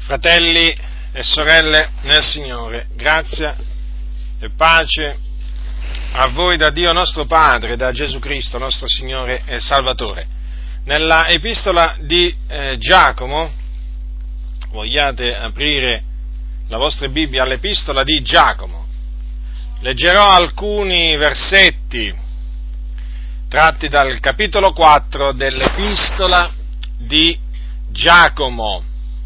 Fratelli e sorelle nel Signore, grazia e pace a voi da Dio nostro Padre, da Gesù Cristo, nostro Signore e Salvatore. Nella epistola di Giacomo, vogliate aprire la vostra Bibbia all'epistola di Giacomo, leggerò alcuni versetti tratti dal capitolo 4 dell'epistola di Giacomo,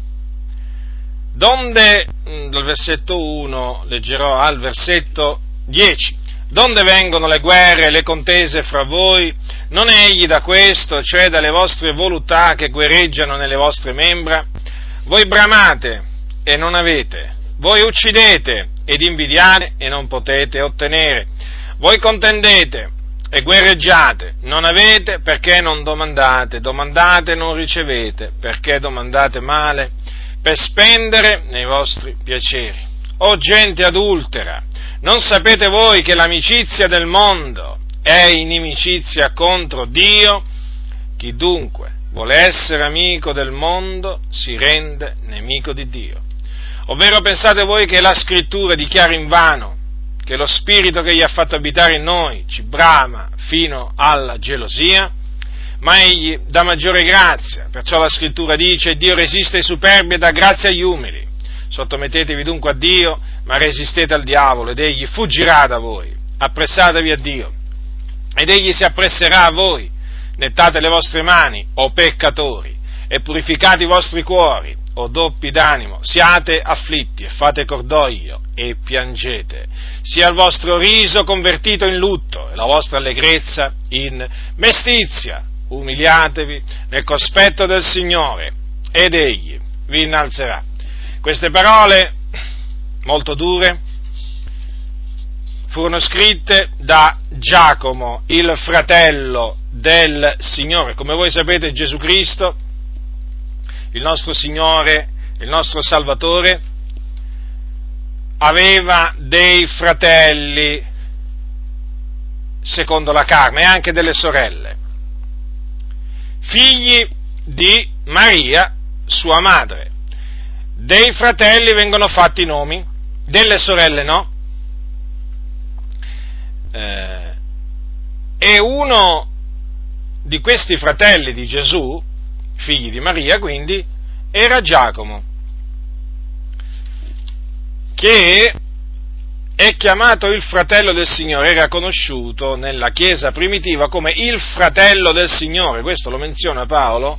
donde, dal versetto 1 leggerò al versetto 10, donde vengono le guerre e le contese fra voi, non è egli da questo, cioè dalle vostre voluttà che guerreggiano nelle vostre membra? Voi bramate e non avete, voi uccidete ed invidiate e non potete ottenere, voi contendete e guerreggiate, non avete perché non domandate, domandate e non ricevete, perché domandate male, per spendere nei vostri piaceri. O gente adultera, non sapete voi che l'amicizia del mondo è inimicizia contro Dio? Chi dunque vuole essere amico del mondo si rende nemico di Dio. Ovvero pensate voi che la Scrittura dichiara invano che lo Spirito che gli ha fatto abitare in noi ci brama fino alla gelosia? Ma egli dà maggiore grazia, perciò la Scrittura dice: Dio resiste ai superbi e dà grazia agli umili. Sottomettetevi dunque a Dio, ma resistete al diavolo ed egli fuggirà da voi. Appressatevi a Dio ed egli si appresserà a voi. Nettate le vostre mani, o peccatori, e purificate i vostri cuori, o doppi d'animo, siate afflitti e fate cordoglio e piangete. Sia il vostro riso convertito in lutto e la vostra allegrezza in mestizia. Umiliatevi nel cospetto del Signore ed egli vi innalzerà. Queste parole molto dure furono scritte da Giacomo, il fratello del Signore. Come voi sapete, Gesù Cristo, il nostro Signore, il nostro Salvatore, aveva dei fratelli secondo la carne e anche delle sorelle, figli di Maria, sua madre. Dei fratelli vengono fatti i nomi, delle sorelle no. E uno di questi fratelli di Gesù, figli di Maria, quindi, era Giacomo, che è chiamato il fratello del Signore, era conosciuto nella Chiesa primitiva come il fratello del Signore. Questo lo menziona Paolo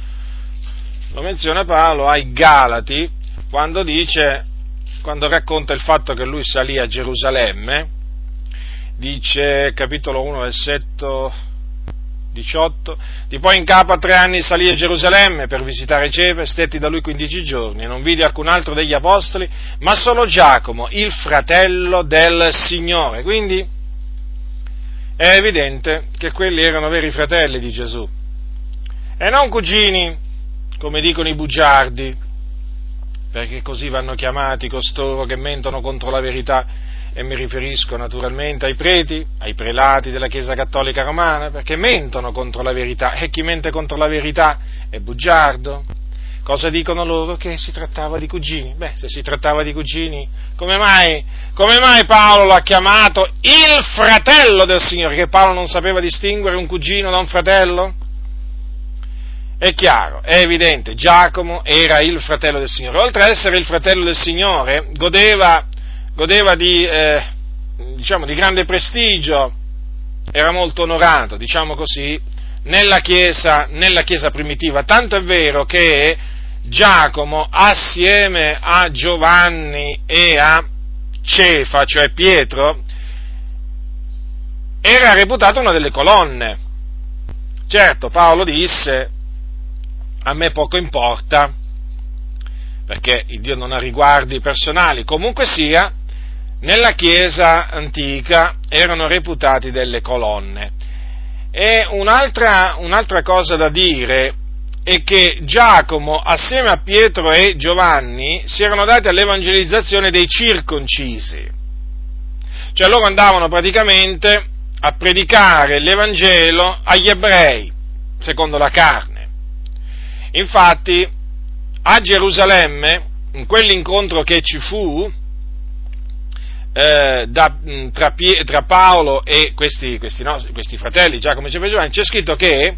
ai Galati, quando racconta il fatto che lui salì a Gerusalemme, dice, capitolo 1, versetto 18, di poi in capo a 3 anni salì a Gerusalemme per visitare Cefa, stetti da lui 15 giorni, e non vidi alcun altro degli apostoli, ma solo Giacomo, il fratello del Signore. Quindi è evidente che quelli erano veri fratelli di Gesù, e non cugini, come dicono i bugiardi, perché così vanno chiamati costoro che mentono contro la verità, e mi riferisco naturalmente ai preti, ai prelati della Chiesa Cattolica Romana, perché mentono contro la verità, e chi mente contro la verità è bugiardo. Cosa dicono loro? Che si trattava di cugini. Beh, se si trattava di cugini, come mai Paolo l'ha chiamato il fratello del Signore? Che Paolo non sapeva distinguere un cugino da un fratello? È chiaro, è evidente, Giacomo era il fratello del Signore. Oltre ad essere il fratello del Signore, godeva di grande prestigio, era molto onorato, diciamo così, nella Chiesa primitiva, tanto è vero che Giacomo, assieme a Giovanni e a Cefa, cioè Pietro, era reputato una delle colonne. Certo, Paolo disse: a me poco importa, perché il Dio non ha riguardi personali. Comunque sia, nella Chiesa antica erano reputati delle colonne. E un'altra cosa da dire è che Giacomo, assieme a Pietro e Giovanni, si erano dati all'evangelizzazione dei circoncisi. Cioè loro andavano praticamente a predicare l'Evangelo agli ebrei, secondo la carne. Infatti, a Gerusalemme, in quell'incontro che ci fu tra Paolo e questi fratelli, Giacomo, Giuseppe e Giovanni, c'è scritto che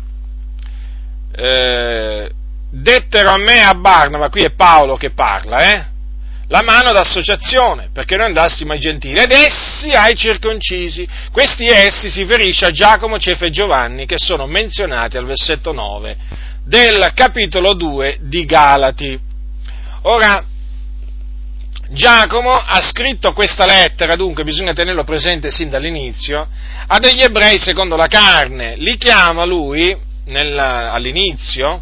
dettero a me e a Barnaba, qui è Paolo che parla, la mano d'associazione, perché noi andassimo ai gentili, ed essi ai circoncisi. Questi essi si riferisce a Giacomo, Cefa e Giovanni, che sono menzionati al versetto 9 del capitolo 2 di Galati. Ora, Giacomo ha scritto questa lettera, dunque bisogna tenerlo presente sin dall'inizio, a degli ebrei secondo la carne. Li chiama lui, all'inizio,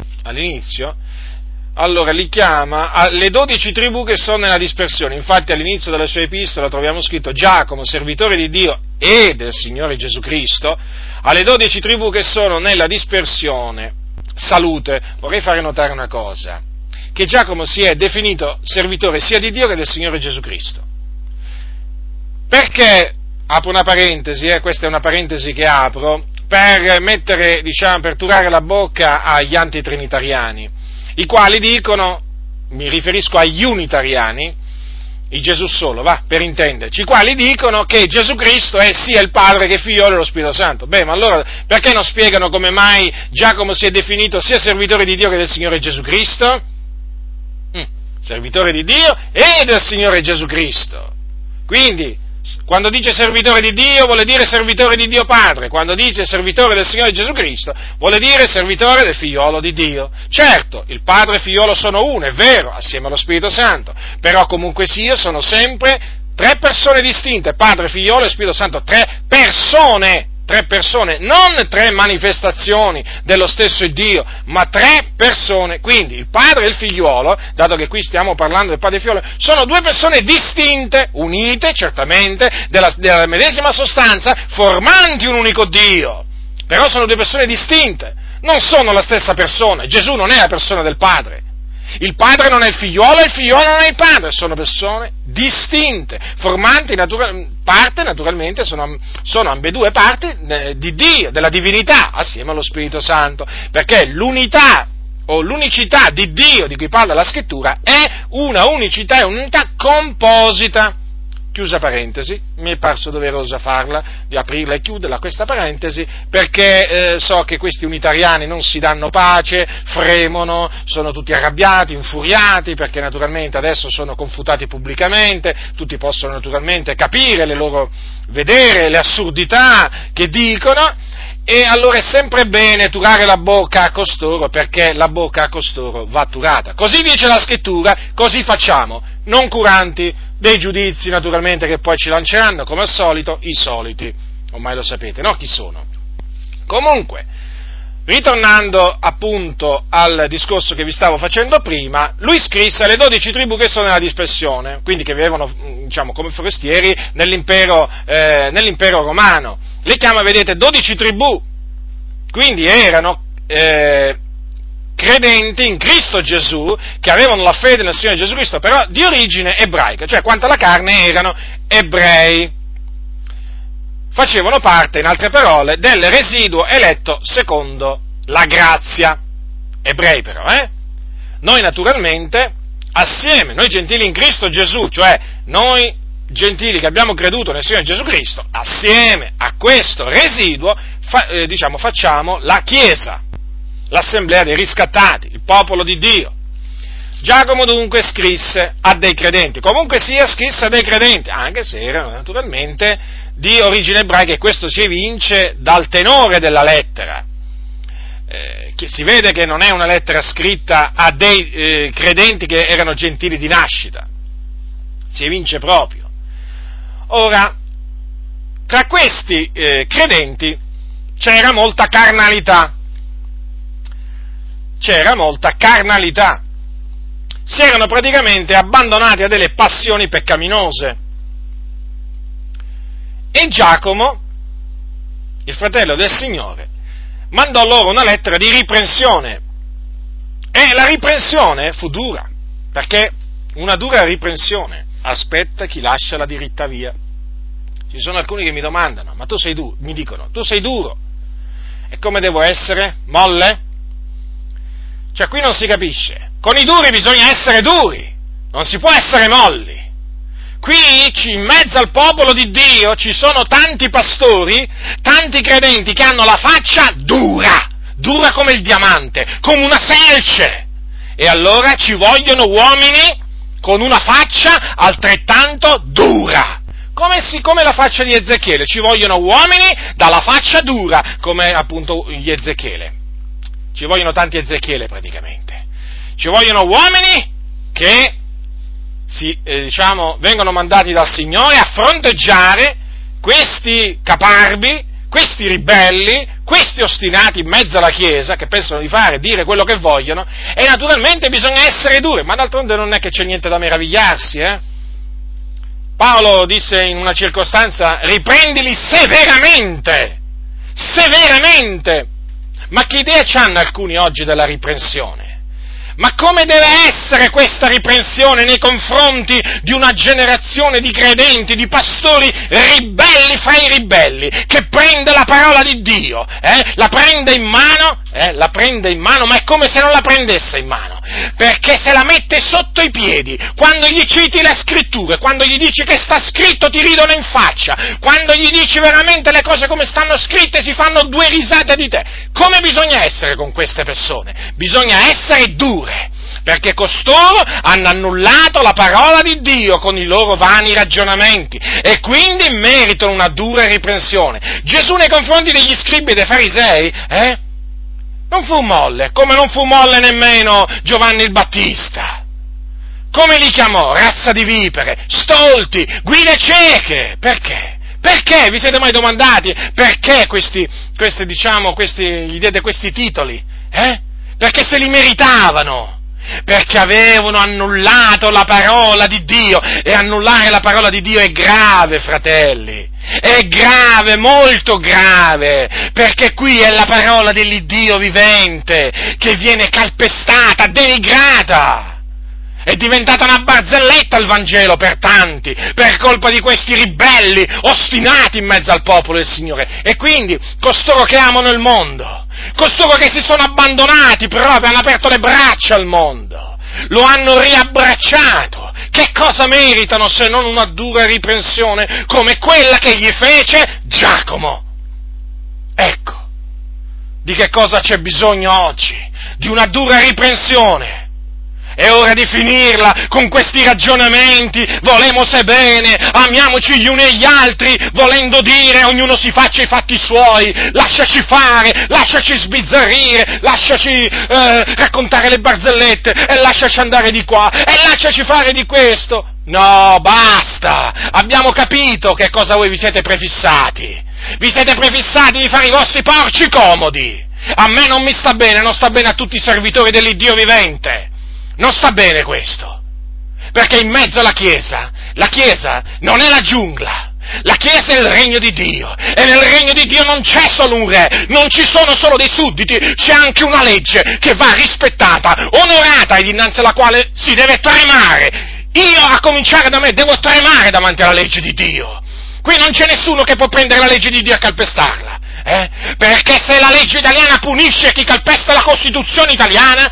allora li chiama alle 12 tribù che sono nella dispersione. Infatti all'inizio della sua epistola troviamo scritto: Giacomo, servitore di Dio e del Signore Gesù Cristo, alle 12 tribù che sono nella dispersione, salute. Vorrei fare notare una cosa, che Giacomo si è definito servitore sia di Dio che del Signore Gesù Cristo. Perché, apro una parentesi, questa è una parentesi che apro, per per turare la bocca agli antitrinitariani, i quali dicono, mi riferisco agli unitariani, il Gesù solo, per intenderci, i quali dicono che Gesù Cristo è sia il Padre che il Figliolo e lo Spirito Santo. Ma allora perché non spiegano come mai Giacomo si è definito sia servitore di Dio che del Signore Gesù Cristo? Servitore di Dio e del Signore Gesù Cristo. Quindi, quando dice servitore di Dio vuole dire servitore di Dio Padre, quando dice servitore del Signore Gesù Cristo vuole dire servitore del Figliolo di Dio. Certo, il Padre e il Figliolo sono uno, è vero, assieme allo Spirito Santo, però comunque sia sono sempre tre persone distinte, Padre, Figliolo e Spirito Santo, tre persone, non tre manifestazioni dello stesso Dio, ma tre persone. Quindi il Padre e il Figliolo, dato che qui stiamo parlando del Padre e Figliolo, sono due persone distinte, unite certamente, della medesima sostanza, formanti un unico Dio, però sono due persone distinte, non sono la stessa persona. Gesù non è la persona del Padre, il Padre non è il Figliolo e il Figliolo non è il Padre, sono persone distinte, formanti naturalmente, sono ambedue parti di Dio, della divinità, assieme allo Spirito Santo, perché l'unità o l'unicità di Dio di cui parla la Scrittura è una unicità, è un'unità composita. Chiusa parentesi, mi è parso doveroso di aprirla e chiuderla questa parentesi, perché so che questi unitariani non si danno pace, fremono, sono tutti arrabbiati, infuriati, perché naturalmente adesso sono confutati pubblicamente, tutti possono naturalmente vedere le assurdità che dicono, e allora è sempre bene turare la bocca a costoro, perché la bocca a costoro va turata. Così dice la Scrittura, così facciamo, non curanti dei giudizi naturalmente che poi ci lanceranno, come al solito, i soliti. Ormai lo sapete, no? Chi sono? Comunque, ritornando appunto al discorso che vi stavo facendo prima, lui scrisse alle 12 tribù che sono nella dispersione, quindi che vivevano, come forestieri nell'impero romano. Le chiama, vedete, 12 tribù, quindi erano credenti in Cristo Gesù, che avevano la fede nel Signore Gesù Cristo, però di origine ebraica, cioè quanto alla carne erano ebrei. Facevano parte, in altre parole, del residuo eletto secondo la grazia. Ebrei però, Noi naturalmente, assieme, noi gentili in Cristo Gesù, cioè noi gentili che abbiamo creduto nel Signore Gesù Cristo, assieme a questo residuo, facciamo la Chiesa, l'assemblea dei riscattati, il popolo di Dio. Giacomo dunque scrisse a dei credenti, comunque sia scrisse a dei credenti, anche se erano naturalmente di origine ebraica, e questo si evince dal tenore della lettera, che si vede che non è una lettera scritta a dei credenti che erano gentili di nascita, si evince proprio. Ora, tra questi credenti c'era molta carnalità, si erano praticamente abbandonati a delle passioni peccaminose, e Giacomo, il fratello del Signore, mandò loro una lettera di riprensione, e la riprensione fu dura, perché una dura riprensione aspetta chi lascia la diritta via. Ci sono alcuni che mi domandano, ma tu sei duro, mi dicono, tu sei duro, e come devo essere? Molle? Cioè qui non si capisce, Con i duri bisogna essere duri, non si può essere molli. Qui, in mezzo al popolo di Dio, ci sono tanti pastori, tanti credenti che hanno la faccia dura come il diamante, come una selce. E allora ci vogliono uomini con una faccia altrettanto dura. Come la faccia di Ezechiele, ci vogliono uomini dalla faccia dura, come appunto gli Ezechiele. Ci vogliono tanti Ezechiele praticamente. Ci vogliono uomini che vengono mandati dal Signore a fronteggiare questi caparbi, questi ribelli, questi ostinati in mezzo alla Chiesa, che pensano di fare e dire quello che vogliono, e naturalmente bisogna essere duri, ma d'altronde non è che c'è niente da meravigliarsi, Paolo disse in una circostanza: riprendili severamente, ma che idea c'hanno alcuni oggi della riprensione? Ma come deve essere questa riprensione nei confronti di una generazione di credenti, di pastori ribelli fra i ribelli, che prende la parola di Dio, la prende in mano, ma è come se non la prendesse in mano, perché se la mette sotto i piedi, quando gli citi le scritture, quando gli dici che sta scritto ti ridono in faccia, quando gli dici veramente le cose come stanno scritte si fanno due risate di te. Come bisogna essere con queste persone? Bisogna essere duri, perché costoro hanno annullato la parola di Dio con i loro vani ragionamenti e quindi meritano una dura riprensione. Gesù nei confronti degli scribi e dei farisei, non fu molle, come non fu molle nemmeno Giovanni il Battista. Come li chiamò? Razza di vipere, stolti, guide cieche. Perché? Perché? Vi siete mai domandati perché gli diede questi titoli? Perché se li meritavano, perché avevano annullato la parola di Dio, e annullare la parola di Dio è grave, fratelli, è grave, molto grave, perché qui è la parola dell'Iddio vivente che viene calpestata, denigrata. È diventata una barzelletta il Vangelo per tanti, per colpa di questi ribelli ostinati in mezzo al popolo del Signore. E quindi costoro che amano il mondo, costoro che si sono abbandonati proprio, hanno aperto le braccia al mondo, lo hanno riabbracciato. Che cosa meritano se non una dura riprensione come quella che gli fece Giacomo? Ecco, di che cosa c'è bisogno oggi? Di una dura riprensione. È ora di finirla con questi ragionamenti, volemose bene, amiamoci gli uni e gli altri, volendo dire ognuno si faccia i fatti suoi, lasciaci fare, lasciaci sbizzarrire, lasciaci raccontare le barzellette, e lasciaci andare di qua, e lasciaci fare di questo. No, basta, abbiamo capito che cosa voi vi siete prefissati di fare i vostri porci comodi. A me non mi sta bene, non sta bene a tutti i servitori dell'Iddio vivente. Non sta bene questo, perché in mezzo alla Chiesa non è la giungla, la Chiesa è il regno di Dio, e nel regno di Dio non c'è solo un re, non ci sono solo dei sudditi, c'è anche una legge che va rispettata, onorata, e dinanzi alla quale si deve tremare. Io, a cominciare da me, devo tremare davanti alla legge di Dio. Qui non c'è nessuno che può prendere la legge di Dio e calpestarla, perché se la legge italiana punisce chi calpesta la Costituzione italiana,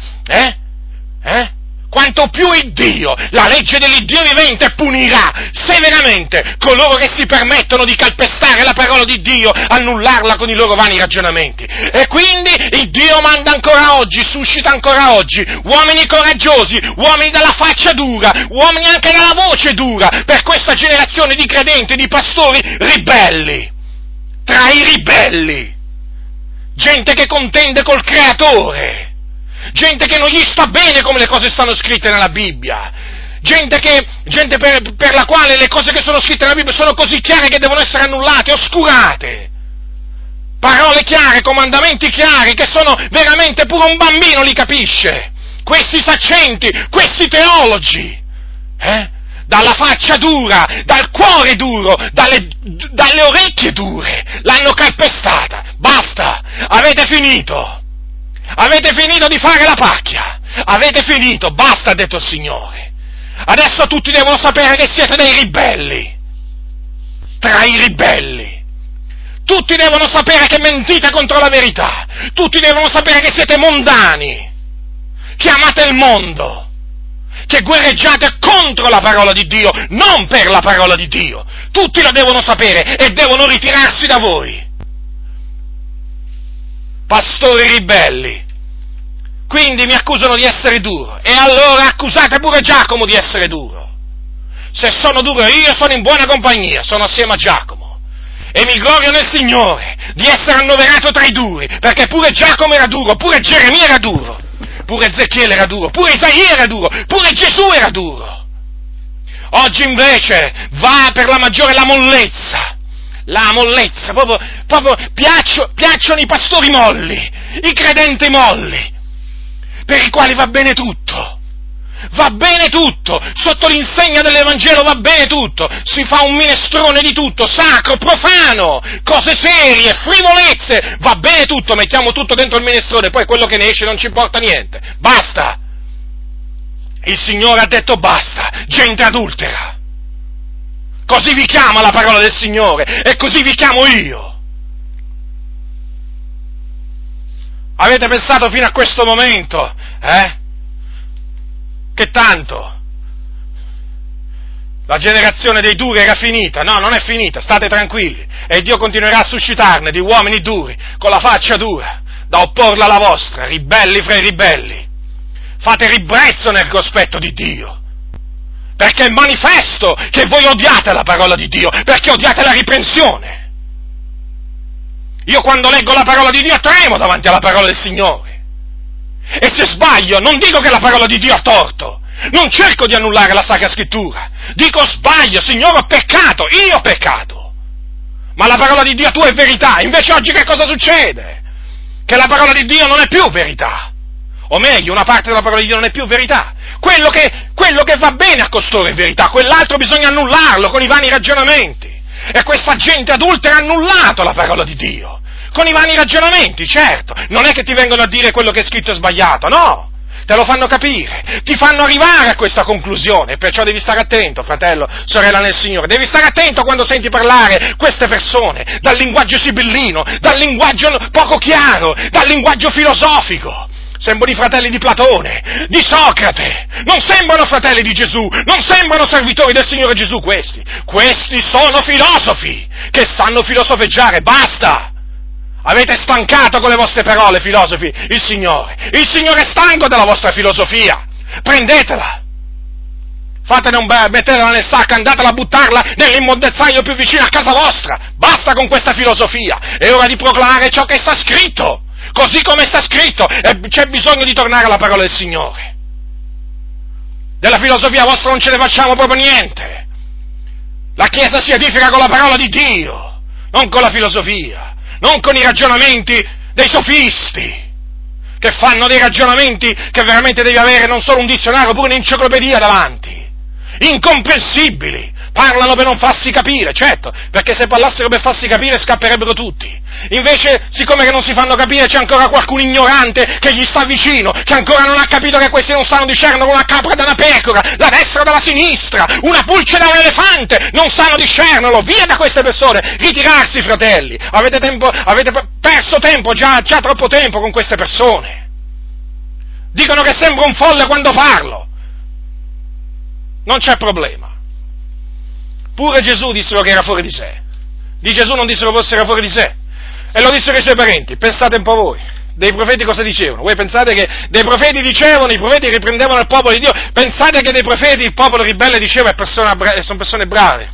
quanto più il Dio, la legge dell'Iddio vivente, punirà severamente coloro che si permettono di calpestare la parola di Dio, annullarla con i loro vani ragionamenti. E quindi il Dio manda ancora oggi, suscita ancora oggi uomini coraggiosi, uomini dalla faccia dura, uomini anche dalla voce dura, per questa generazione di credenti, di pastori ribelli, tra i ribelli, gente che contende col Creatore, gente che non gli sta bene come le cose stanno scritte nella Bibbia, gente per la quale le cose che sono scritte nella Bibbia sono così chiare che devono essere annullate, oscurate, parole chiare, comandamenti chiari, che sono veramente, pure un bambino li capisce, questi saccenti, questi teologi, dalla faccia dura, dal cuore duro, dalle orecchie dure, l'hanno calpestata. Basta, avete finito di fare la pacchia, avete finito, basta, ha detto il Signore. Adesso tutti devono sapere che siete dei ribelli, tra i ribelli. Tutti devono sapere che mentite contro la verità, tutti devono sapere che siete mondani, che amate il mondo, che guerreggiate contro la parola di Dio, non per la parola di Dio. Tutti lo devono sapere e devono ritirarsi da voi. Pastori ribelli. Quindi mi accusano di essere duro, e allora accusate pure Giacomo di essere duro. Se sono duro io sono in buona compagnia, sono assieme a Giacomo, e mi glorio nel Signore di essere annoverato tra i duri, perché pure Giacomo era duro, pure Geremia era duro, pure Ezechiele era duro, pure Isaia era duro, pure Gesù era duro. Oggi invece va per la maggiore la mollezza, proprio piacciono i pastori molli, i credenti molli, per i quali va bene tutto, sotto l'insegna dell'Evangelo va bene tutto, si fa un minestrone di tutto, sacro, profano, cose serie, frivolezze, va bene tutto, mettiamo tutto dentro il minestrone, poi quello che ne esce non ci importa niente, basta, il Signore ha detto basta, gente adultera, così vi chiama la parola del Signore, e così vi chiamo io. Avete pensato fino a questo momento, che tanto la generazione dei duri era finita? No, non è finita, state tranquilli, e Dio continuerà a suscitarne di uomini duri, con la faccia dura, da opporla alla vostra, ribelli fra i ribelli. Fate ribrezzo nel cospetto di Dio, perché è manifesto che voi odiate la parola di Dio, perché odiate la riprensione. Io quando leggo la parola di Dio tremo davanti alla parola del Signore. E se sbaglio, non dico che la parola di Dio ha torto, non cerco di annullare la Sacra Scrittura, dico sbaglio, Signore, ho peccato, io ho peccato, ma la parola di Dio tua è verità. Invece oggi che cosa succede? Che la parola di Dio non è più verità, o meglio, una parte della parola di Dio non è più verità, quello che va bene a costoro è verità, quell'altro bisogna annullarlo con i vani ragionamenti. E questa gente adultera ha annullato la parola di Dio, con i vani ragionamenti, certo, non è che ti vengono a dire quello che è scritto è sbagliato, no, te lo fanno capire, ti fanno arrivare a questa conclusione, perciò devi stare attento, fratello, sorella nel Signore, devi stare attento quando senti parlare queste persone, dal linguaggio sibillino, dal linguaggio poco chiaro, dal linguaggio filosofico. Sembrano i fratelli di Platone, di Socrate, non sembrano fratelli di Gesù, non sembrano servitori del Signore Gesù questi sono filosofi, che sanno filosofeggiare, basta! Avete stancato con le vostre parole, filosofi, il Signore è stanco della vostra filosofia, prendetela, mettetela nel sacco, andatela a buttarla nell'immondezzaio più vicino a casa vostra, basta con questa filosofia, è ora di proclamare ciò che sta scritto, così come sta scritto, e c'è bisogno di tornare alla parola del Signore. Della filosofia vostra non ce ne facciamo proprio niente. La Chiesa si edifica con la parola di Dio, non con la filosofia, non con i ragionamenti dei sofisti, che fanno dei ragionamenti che veramente devi avere non solo un dizionario, pure un'enciclopedia davanti, incomprensibili. Parlano per non farsi capire, certo, perché se parlassero per farsi capire scapperebbero tutti. Invece, siccome che non si fanno capire, c'è ancora qualcun ignorante che gli sta vicino, che ancora non ha capito che questi non sanno discernere una capra da una pecora, la destra dalla sinistra, una pulce da un elefante, non sanno discernerlo. Via da queste persone, ritirarsi, fratelli. Avete perso tempo, già troppo tempo con queste persone. Dicono che sembro un folle quando parlo. Non c'è problema. Pure Gesù dissero che era fuori di sé. Di Gesù non dissero che era fuori di sé. E lo dissero i suoi parenti. Pensate un po' voi. Dei profeti cosa dicevano? Voi pensate che dei profeti dicevano, i profeti riprendevano il popolo di Dio? Pensate che dei profeti il popolo ribelle diceva sono persone brave?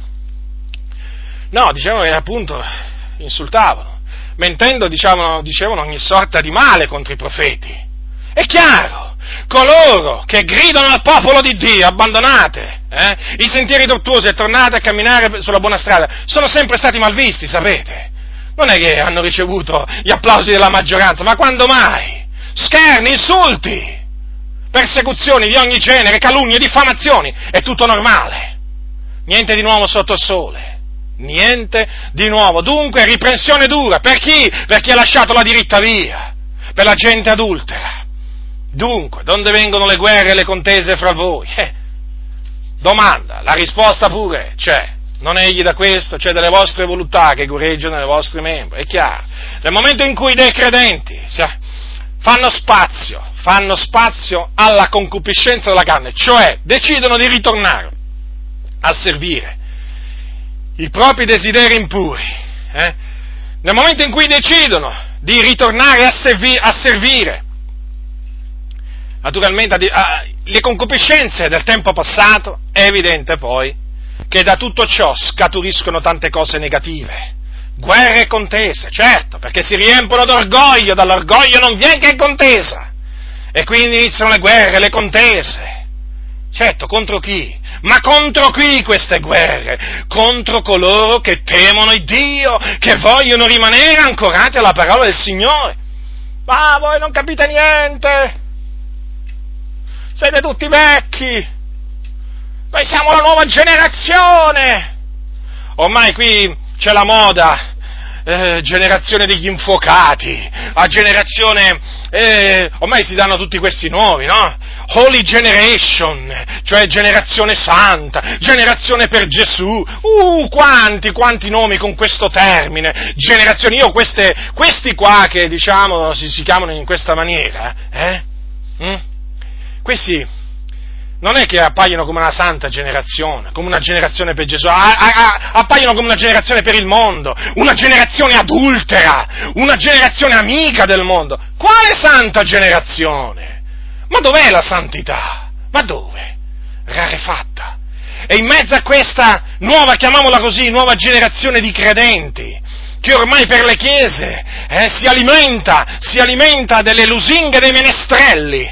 No, dicevano che appunto insultavano. Mentendo dicevano ogni sorta di male contro i profeti. È chiaro. Coloro che gridano al popolo di Dio, abbandonate i sentieri tortuosi e tornate a camminare sulla buona strada, sono sempre stati malvisti, sapete? Non è che hanno ricevuto gli applausi della maggioranza, ma quando mai? Scherni, insulti, persecuzioni di ogni genere, calunnie, diffamazioni, è tutto normale. Niente di nuovo sotto il sole. Niente di nuovo. Dunque, riprensione dura. Per chi? Per chi ha lasciato la diritta via. Per la gente adultera. Dunque, donde vengono le guerre e le contese fra voi? Domanda, la risposta pure c'è. Non egli da questo, cioè delle vostre voluttà che guerreggiano nelle vostre membra, è chiaro. Nel momento in cui dei credenti fanno spazio alla concupiscenza della carne, cioè decidono di ritornare a servire i propri desideri impuri. Nel momento in cui decidono di ritornare a servire naturalmente le concupiscenze del tempo passato, è evidente poi che da tutto ciò scaturiscono tante cose negative. Guerre e contese, certo, perché si riempiono d'orgoglio, dall'orgoglio non viene che contesa, e quindi iniziano le guerre, le contese. Certo, contro chi? Ma contro chi queste guerre? Contro coloro che temono il Dio, che vogliono rimanere ancorati alla parola del Signore. Ma voi non capite niente, siete tutti vecchi, noi siamo la nuova generazione. Ormai qui c'è la moda, generazione degli infuocati, ormai si danno tutti questi nomi, no? Holy Generation, cioè generazione santa, generazione per Gesù, quanti nomi con questo termine, generazioni, io questi qua che diciamo si chiamano in questa maniera, questi non è che appaiono come una santa generazione, come una generazione per Gesù, appaiono come una generazione per il mondo, una generazione adultera, una generazione amica del mondo. Quale santa generazione? Ma dov'è la santità? Ma dove? Rarefatta. E in mezzo a questa nuova, chiamiamola così, nuova generazione di credenti, che ormai per le chiese si alimenta delle lusinghe dei menestrelli,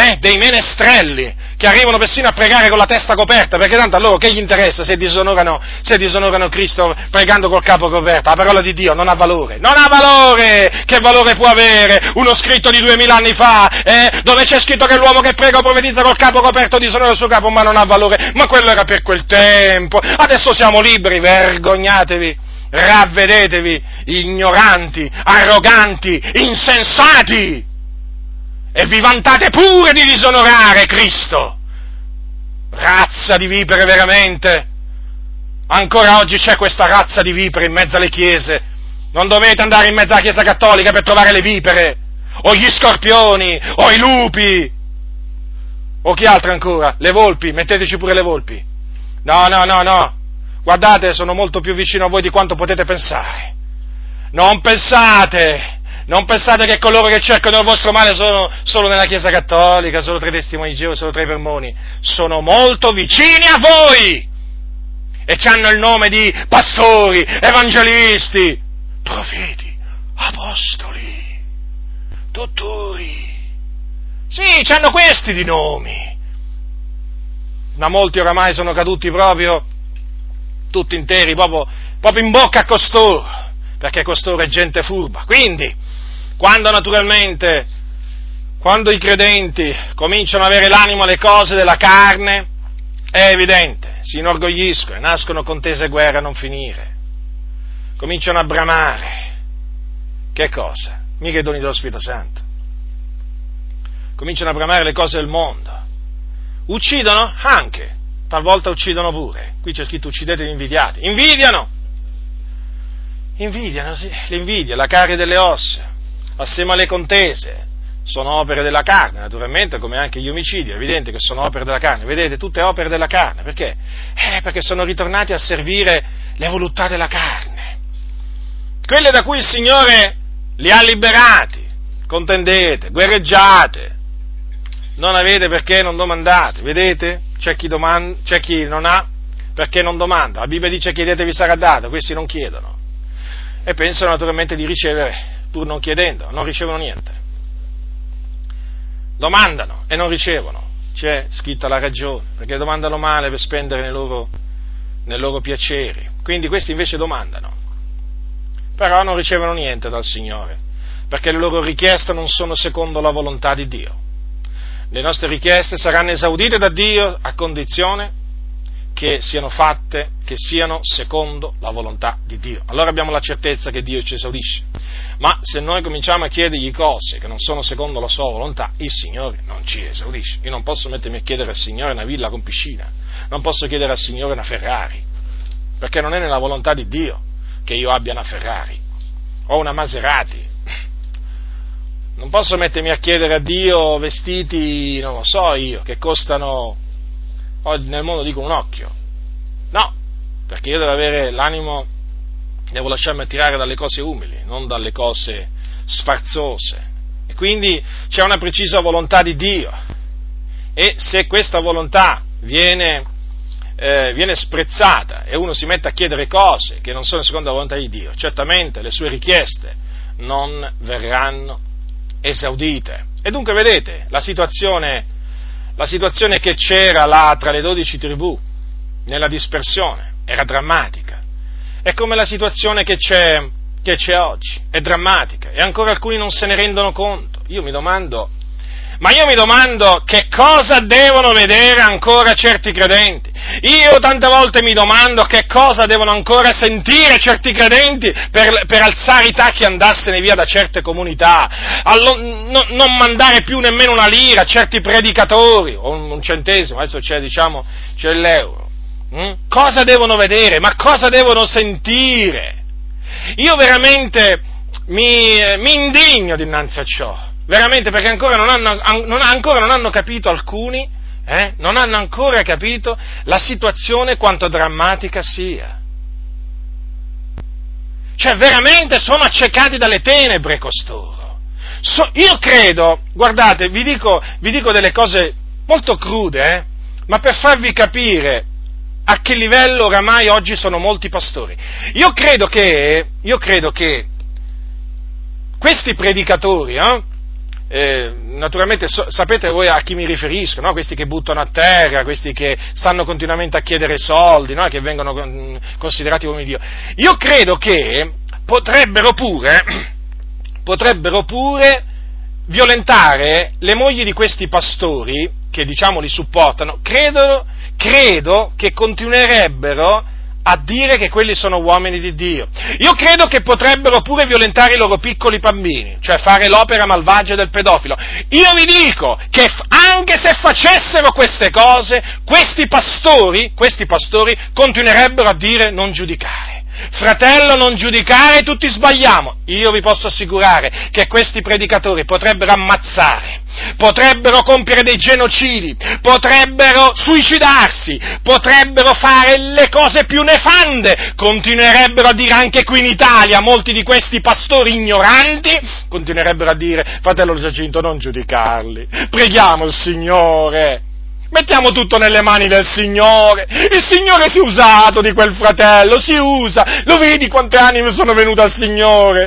che arrivano persino a pregare con la testa coperta, perché tanto a loro che gli interessa se disonorano Cristo pregando col capo coperto? La parola di Dio non ha valore, che valore può avere uno scritto di 2000 anni fa, dove c'è scritto che l'uomo che prega o profetizza col capo coperto disonora il suo capo, ma non ha valore, ma quello era per quel tempo, adesso siamo liberi, vergognatevi, ravvedetevi, ignoranti, arroganti, insensati! E vi vantate pure di disonorare Cristo! Razza di vipere, veramente! Ancora oggi c'è questa razza di vipere in mezzo alle chiese. Non dovete andare in mezzo alla Chiesa Cattolica per trovare le vipere, o gli scorpioni, o i lupi, o chi altro ancora? Le volpi, metteteci pure le volpi. No. Guardate, sono molto più vicino a voi di quanto potete pensare. Non pensate che coloro che cercano il vostro male sono solo nella Chiesa Cattolica, solo tra i testimoni di Geova, solo tra i mormoni. Sono molto vicini a voi! E hanno il nome di pastori, evangelisti, profeti, apostoli, dottori. Sì, hanno questi di nomi. Ma molti oramai sono caduti proprio, tutti interi, proprio in bocca a costoro, perché costoro è gente furba. Quindi, quando i credenti cominciano ad avere l'animo alle cose della carne, è evidente, si inorgogliscono, nascono contese e guerre a non finire, cominciano a bramare. Che cosa? Mica i doni dello Spirito Santo. Cominciano a bramare le cose del mondo. Uccidono? Anche. Talvolta uccidono pure. Qui c'è scritto uccidete gli invidiati. Invidiano, sì, l'invidia, la carne delle ossa, assieme alle contese, sono opere della carne, naturalmente, come anche gli omicidi, è evidente che sono opere della carne, vedete, tutte opere della carne, perché? Perché sono ritornati a servire le voluttà della carne, quelle da cui il Signore li ha liberati. Contendete, guerreggiate, non avete perché non domandate, vedete? C'è chi non ha perché non domanda, la Bibbia dice chiedete vi sarà dato, questi non chiedono e pensano naturalmente di ricevere pur non chiedendo, non ricevono niente. Domandano e non ricevono, c'è scritta la ragione, perché domandano male per spendere nei loro piaceri, quindi questi invece domandano, però non ricevono niente dal Signore, perché le loro richieste non sono secondo la volontà di Dio. Le nostre richieste saranno esaudite da Dio a condizione che siano fatte, che siano secondo la volontà di Dio. Allora abbiamo la certezza che Dio ci esaudisce. Ma se noi cominciamo a chiedergli cose che non sono secondo la sua volontà, il Signore non ci esaudisce. Io non posso mettermi a chiedere al Signore una villa con piscina, non posso chiedere al Signore una Ferrari, perché non è nella volontà di Dio che io abbia una Ferrari o una Maserati Non posso mettermi a chiedere a Dio vestiti, non lo so io, che costano, oggi nel mondo dico un occhio. No, perché io devo avere l'animo, devo lasciarmi attirare dalle cose umili, non dalle cose sfarzose. E quindi c'è una precisa volontà di Dio. E se questa volontà viene sprezzata e uno si mette a chiedere cose che non sono secondo la volontà di Dio, certamente le sue richieste non verranno esaudite. E dunque vedete, la situazione che c'era là tra le 12 tribù, nella dispersione, era drammatica. È come la situazione che c'è oggi, è drammatica, e ancora alcuni non se ne rendono conto. Io mi domando che cosa devono vedere ancora certi credenti. Io tante volte mi domando che cosa devono ancora sentire certi credenti per alzare i tacchi e andarsene via da certe comunità, non mandare più nemmeno una lira a certi predicatori, o un centesimo, adesso c'è l'euro. Cosa devono vedere? Ma cosa devono sentire? Io veramente mi indigno dinanzi a ciò, veramente, perché ancora non hanno capito alcuni, non hanno ancora capito la situazione quanto drammatica sia. Cioè veramente sono accecati dalle tenebre costoro. Io credo, guardate, vi dico delle cose molto crude, ma per farvi capire a che livello oramai oggi sono molti pastori. Io credo che questi predicatori, naturalmente sapete voi a chi mi riferisco, no? Questi che buttano a terra, questi che stanno continuamente a chiedere soldi, no? Che vengono considerati uomini di Dio. Io credo che potrebbero pure violentare le mogli di questi pastori, che li supportano. Credo che continuerebbero a dire che quelli sono uomini di Dio. Io credo che potrebbero pure violentare i loro piccoli bambini, cioè fare l'opera malvagia del pedofilo. Io vi dico che anche se facessero queste cose, questi pastori continuerebbero a dire non giudicare. Fratello, non giudicare, tutti sbagliamo. Io vi posso assicurare che questi predicatori potrebbero ammazzare, potrebbero compiere dei genocidi, potrebbero suicidarsi, potrebbero fare le cose più nefande, continuerebbero a dire anche qui in Italia, molti di questi pastori ignoranti, continuerebbero a dire, fratello Giacinto, non giudicarli, preghiamo il Signore. Mettiamo tutto nelle mani del Signore. Il Signore si è usato di quel fratello, si usa. Lo vedi quante anime sono venute al Signore?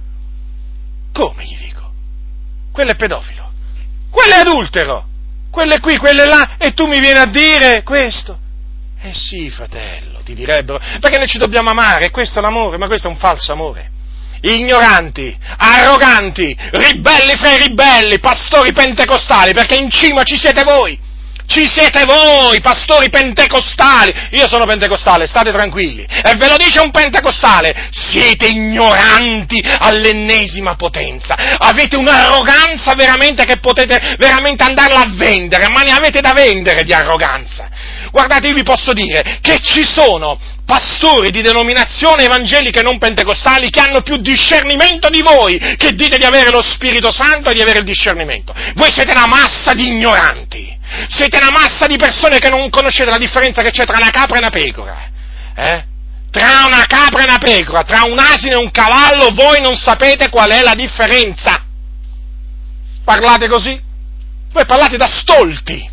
Come gli dico? Quello è pedofilo. Quello è adultero. Quello è qui, quello è là. E tu mi vieni a dire questo? Sì, fratello, ti direbbero. Perché noi ci dobbiamo amare. Questo è l'amore, ma questo è un falso amore. Ignoranti, arroganti, ribelli fra i ribelli, pastori pentecostali, perché in cima ci siete voi. Ci siete voi, pastori pentecostali. Io sono pentecostale, state tranquilli. E ve lo dice un pentecostale. Siete ignoranti all'ennesima potenza. Avete un'arroganza veramente che potete veramente andarla a vendere, ma ne avete da vendere di arroganza. Guardate, io vi posso dire che ci sono pastori di denominazioni evangeliche non pentecostali che hanno più discernimento di voi, che dite di avere lo Spirito Santo e di avere il discernimento. Voi siete una massa di ignoranti. Siete una massa di persone che non conoscete la differenza che c'è tra una capra e una pecora. Tra una capra e una pecora, tra un asino e un cavallo, voi non sapete qual è la differenza. Parlate così? Voi parlate da stolti.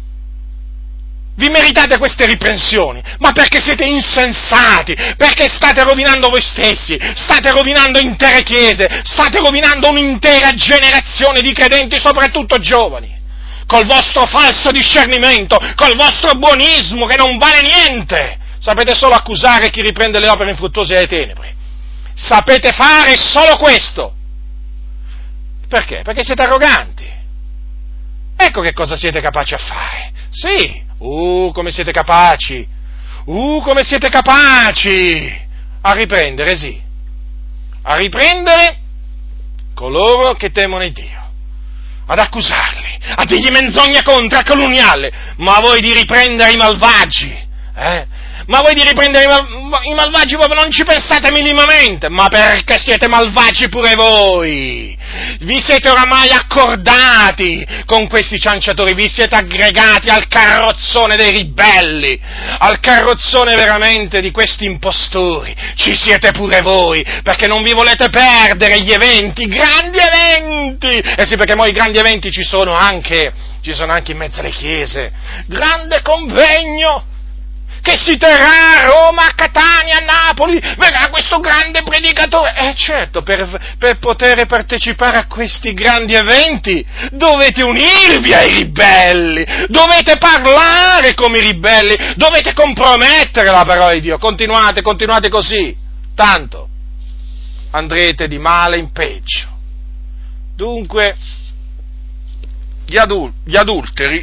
Vi meritate queste riprensioni, ma perché siete insensati, perché state rovinando voi stessi, state rovinando intere chiese, state rovinando un'intera generazione di credenti, soprattutto giovani. Col vostro falso discernimento, col vostro buonismo che non vale niente. Sapete solo accusare chi riprende le opere infruttuose delle tenebre. Sapete fare solo questo. Perché? Perché siete arroganti. Ecco che cosa siete capaci a fare. Sì, come siete capaci. Come siete capaci a riprendere, sì. A riprendere coloro che temono il Dio. Ad accusarli, a dirgli menzogne contro, a calunniarli, ma voi di riprendere i malvagi, Ma voi di riprendere i malvagi proprio non ci pensate minimamente, ma perché siete malvagi pure voi, Vi siete oramai accordati con questi cianciatori, vi siete aggregati al carrozzone dei ribelli, al carrozzone veramente di questi impostori. Ci siete pure voi, perché non vi volete perdere gli eventi, i grandi eventi! Eh sì, perché poi i grandi eventi ci sono anche in mezzo alle chiese. Grande convegno che si terrà a Roma, a Catania, a Napoli, verrà questo grande predicatore. Certo, per poter partecipare a questi grandi eventi dovete unirvi ai ribelli, dovete parlare come i ribelli, dovete compromettere la parola di Dio. Continuate così, tanto andrete di male in peggio. Dunque, gli adulteri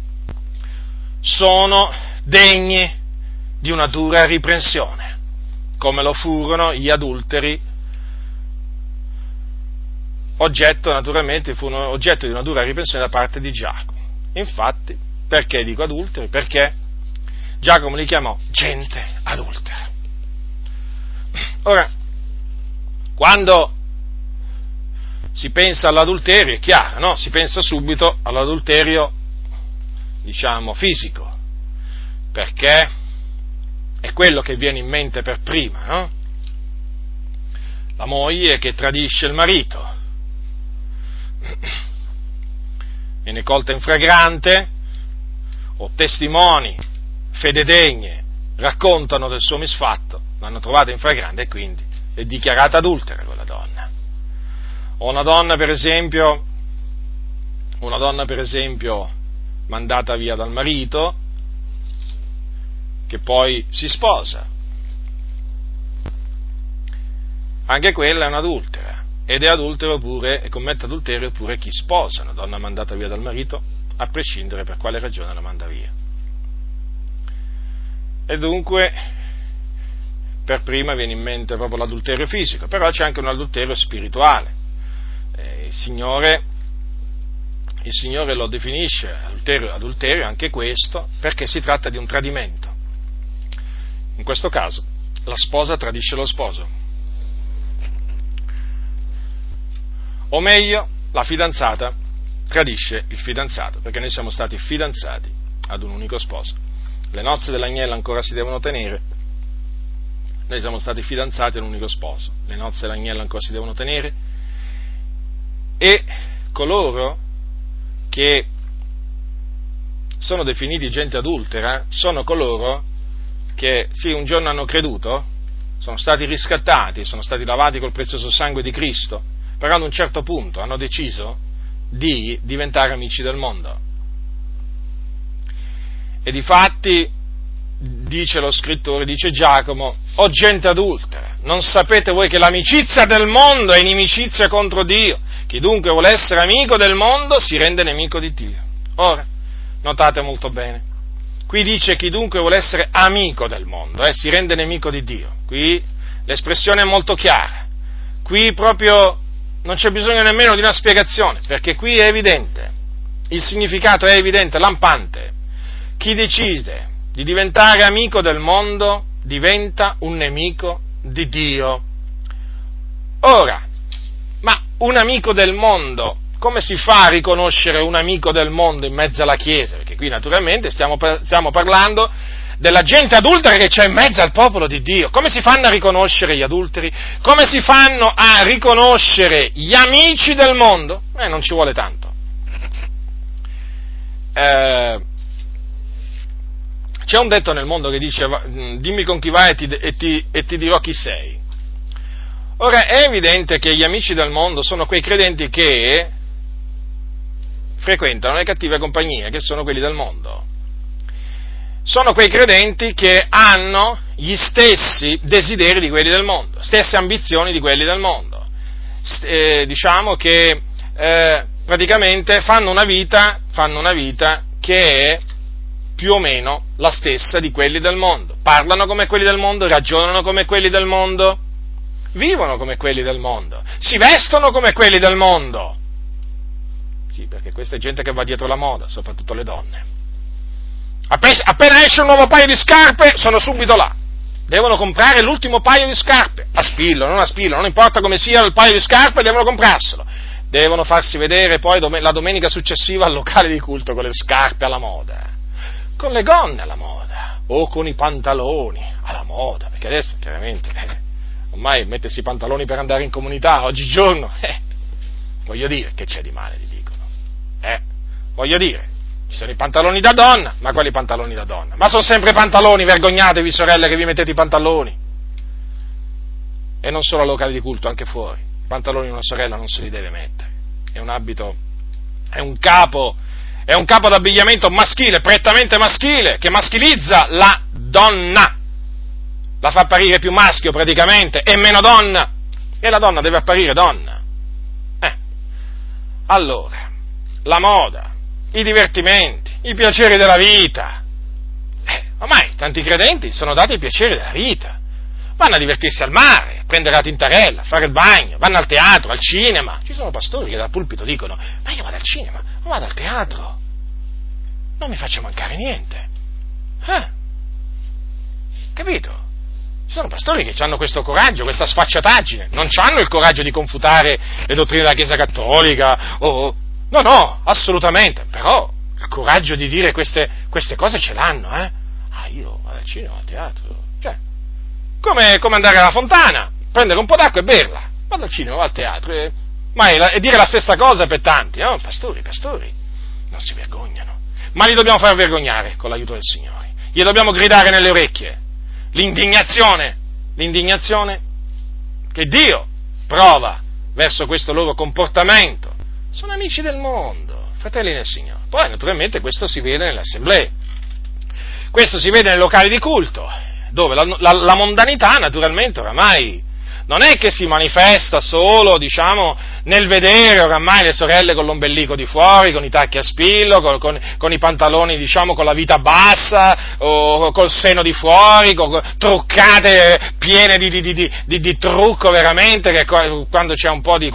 sono degni di una dura riprensione, come lo furono gli adulteri, furono oggetto di una dura riprensione da parte di Giacomo. Infatti, perché dico adulteri? Perché Giacomo li chiamò gente adultera. Ora, quando si pensa all'adulterio, è chiaro, no? Si pensa subito all'adulterio, fisico, perché è quello che viene in mente per prima, no? La moglie che tradisce il marito, viene colta in flagrante, o testimoni fededegne raccontano del suo misfatto, l'hanno trovata in flagrante e quindi è dichiarata adultera quella donna. O una donna per esempio mandata via dal marito, che poi si sposa, anche quella è un'adultera, ed è adultero pure, e commette adulterio pure chi sposa una donna mandata via dal marito, a prescindere per quale ragione la manda via. E dunque, per prima viene in mente proprio l'adulterio fisico, però c'è anche un adulterio spirituale. Il Signore lo definisce adulterio anche questo, perché si tratta di un tradimento. In questo caso, la sposa tradisce lo sposo. O meglio, la fidanzata tradisce il fidanzato, perché noi siamo stati fidanzati ad un unico sposo. Le nozze dell'agnello ancora si devono tenere, noi siamo stati fidanzati ad un unico sposo. Le nozze dell'agnello ancora si devono tenere, e coloro che sono definiti gente adultera sono coloro che un giorno hanno creduto, sono stati riscattati, sono stati lavati col prezioso sangue di Cristo, però ad un certo punto hanno deciso di diventare amici del mondo. E difatti, dice lo scrittore, dice Giacomo: o gente adultera, non sapete voi che l'amicizia del mondo è inimicizia contro Dio? Chi dunque vuole essere amico del mondo si rende nemico di Dio. Ora, notate molto bene, qui dice chi dunque vuole essere amico del mondo, si rende nemico di Dio. Qui l'espressione è molto chiara, qui proprio non c'è bisogno nemmeno di una spiegazione, perché qui è evidente, il significato è evidente, lampante. Chi decide di diventare amico del mondo diventa un nemico di Dio. Ora, ma un amico del mondo, come si fa a riconoscere un amico del mondo in mezzo alla Chiesa? Perché qui naturalmente stiamo parlando della gente adultera che c'è in mezzo al popolo di Dio. Come si fanno a riconoscere gli adulteri? Come si fanno a riconoscere gli amici del mondo? Non ci vuole tanto. C'è un detto nel mondo che dice: dimmi con chi vai e ti dirò chi sei. Ora, è evidente che gli amici del mondo sono quei credenti che frequentano le cattive compagnie, che sono quelli del mondo. Sono quei credenti che hanno gli stessi desideri di quelli del mondo, stesse ambizioni di quelli del mondo. Diciamo che praticamente fanno una vita che è più o meno la stessa di quelli del mondo. Parlano come quelli del mondo, ragionano come quelli del mondo, vivono come quelli del mondo, si vestono come quelli del mondo. Sì, perché questa è gente che va dietro la moda, soprattutto le donne. Appena esce un nuovo paio di scarpe, sono subito là. Devono comprare l'ultimo paio di scarpe, a spillo, non importa come sia il paio di scarpe, devono comprarselo. devono farsi vedere poi la domenica successiva al locale di culto con le scarpe alla moda, con le gonne alla moda, o con i pantaloni alla moda, perché adesso chiaramente ormai mettersi i pantaloni per andare in comunità oggigiorno, voglio dire, che c'è di male, ti dicono, voglio dire, ci sono i pantaloni da donna, ma quali pantaloni da donna? Ma sono sempre pantaloni, vergognatevi sorelle che vi mettete i pantaloni, e non solo al locale di culto, anche fuori, i pantaloni di una sorella non se li deve mettere, è un abito, è un capo d'abbigliamento maschile, prettamente maschile, che maschilizza la donna, la fa apparire più maschio praticamente, e meno donna, e la donna deve apparire donna. Allora, la moda, i divertimenti, i piaceri della vita, ormai tanti credenti sono dati ai piaceri della vita, vanno a divertirsi al mare, a prendere la tintarella, a fare il bagno, vanno al teatro, al cinema, ci sono pastori che dal pulpito dicono, ma io vado al cinema, non vado al teatro, non mi faccio mancare niente, capito? Ci sono pastori che hanno questo coraggio, questa sfacciataggine, non hanno il coraggio di confutare le dottrine della Chiesa Cattolica, no, assolutamente, però il coraggio di dire queste cose ce l'hanno, io vado al cinema, al teatro, cioè, come andare alla fontana, prendere un po' d'acqua e berla, vado al cinema, vado al teatro, e dire la stessa cosa per tanti, no? Pastori, non si vergognano, ma li dobbiamo far vergognare con l'aiuto del Signore, gli dobbiamo gridare nelle orecchie, l'indignazione che Dio prova verso questo loro comportamento. Sono amici del mondo, fratelli nel Signore. Poi naturalmente questo si vede nelle assemblee, questo si vede nei locali di culto, dove la mondanità naturalmente oramai non è che si manifesta solo, nel vedere oramai le sorelle con l'ombelico di fuori, con i tacchi a spillo, con i pantaloni, con la vita bassa, o col seno di fuori, truccate, piene di trucco veramente, che quando c'è un po' di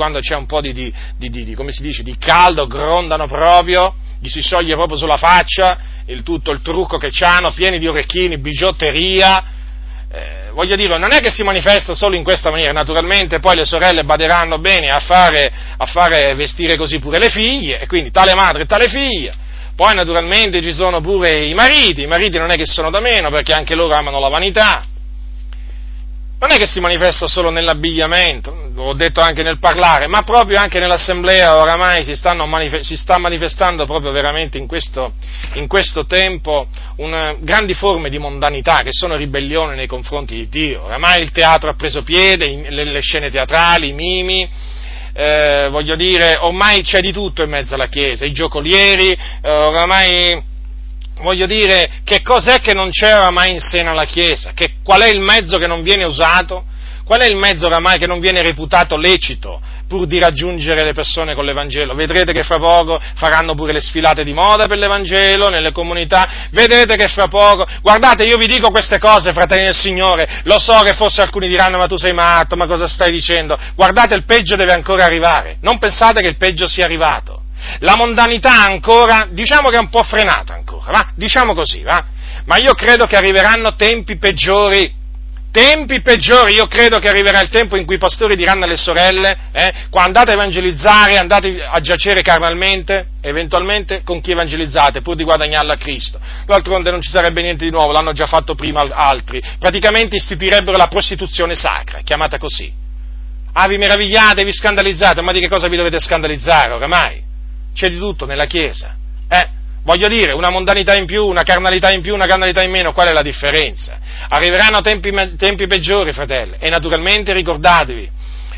come si dice, di caldo, grondano proprio, gli si scioglie proprio sulla faccia, tutto il trucco che c'hanno, pieni di orecchini, bigiotteria. Voglio dire, non è che si manifesta solo in questa maniera, naturalmente poi le sorelle baderanno bene a fare vestire così pure le figlie, e quindi tale madre e tale figlia. Poi naturalmente ci sono pure i mariti non è che sono da meno, perché anche loro amano la vanità. Non è che si manifesta solo nell'abbigliamento, l'ho detto anche nel parlare, ma proprio anche nell'assemblea oramai si sta manifestando proprio veramente in questo tempo grandi forme di mondanità, che sono ribellione nei confronti di Dio. Oramai il teatro ha preso piede, le scene teatrali, i mimi, voglio dire, ormai c'è di tutto in mezzo alla Chiesa, i giocolieri, oramai. Voglio dire, che cos'è che non c'è oramai in seno alla Chiesa? Qual è il mezzo che non viene usato? Qual è il mezzo oramai che non viene reputato lecito pur di raggiungere le persone con l'Evangelo? Vedrete che fra poco faranno pure le sfilate di moda per l'Evangelo nelle comunità, vedrete che fra poco, guardate, io vi dico queste cose, fratelli del Signore, lo so che forse alcuni diranno ma tu sei matto, ma cosa stai dicendo? Guardate, il peggio deve ancora arrivare, non pensate che il peggio sia arrivato. La mondanità ancora, diciamo che è un po' frenata ancora, va? Diciamo così, va? Ma io credo che arriveranno tempi peggiori, io credo che arriverà il tempo in cui i pastori diranno alle sorelle, quando andate a evangelizzare, andate a giacere carnalmente, eventualmente con chi evangelizzate, pur di guadagnarla a Cristo. D'altronde non ci sarebbe niente di nuovo, l'hanno già fatto prima altri, praticamente istituirebbero la prostituzione sacra, chiamata così. Vi meravigliate, vi scandalizzate, ma di che cosa vi dovete scandalizzare oramai? C'è di tutto nella Chiesa, voglio dire, una mondanità in più, una carnalità in più, una carnalità in meno, qual è la differenza? Arriveranno tempi peggiori, fratelli, e naturalmente ricordatevi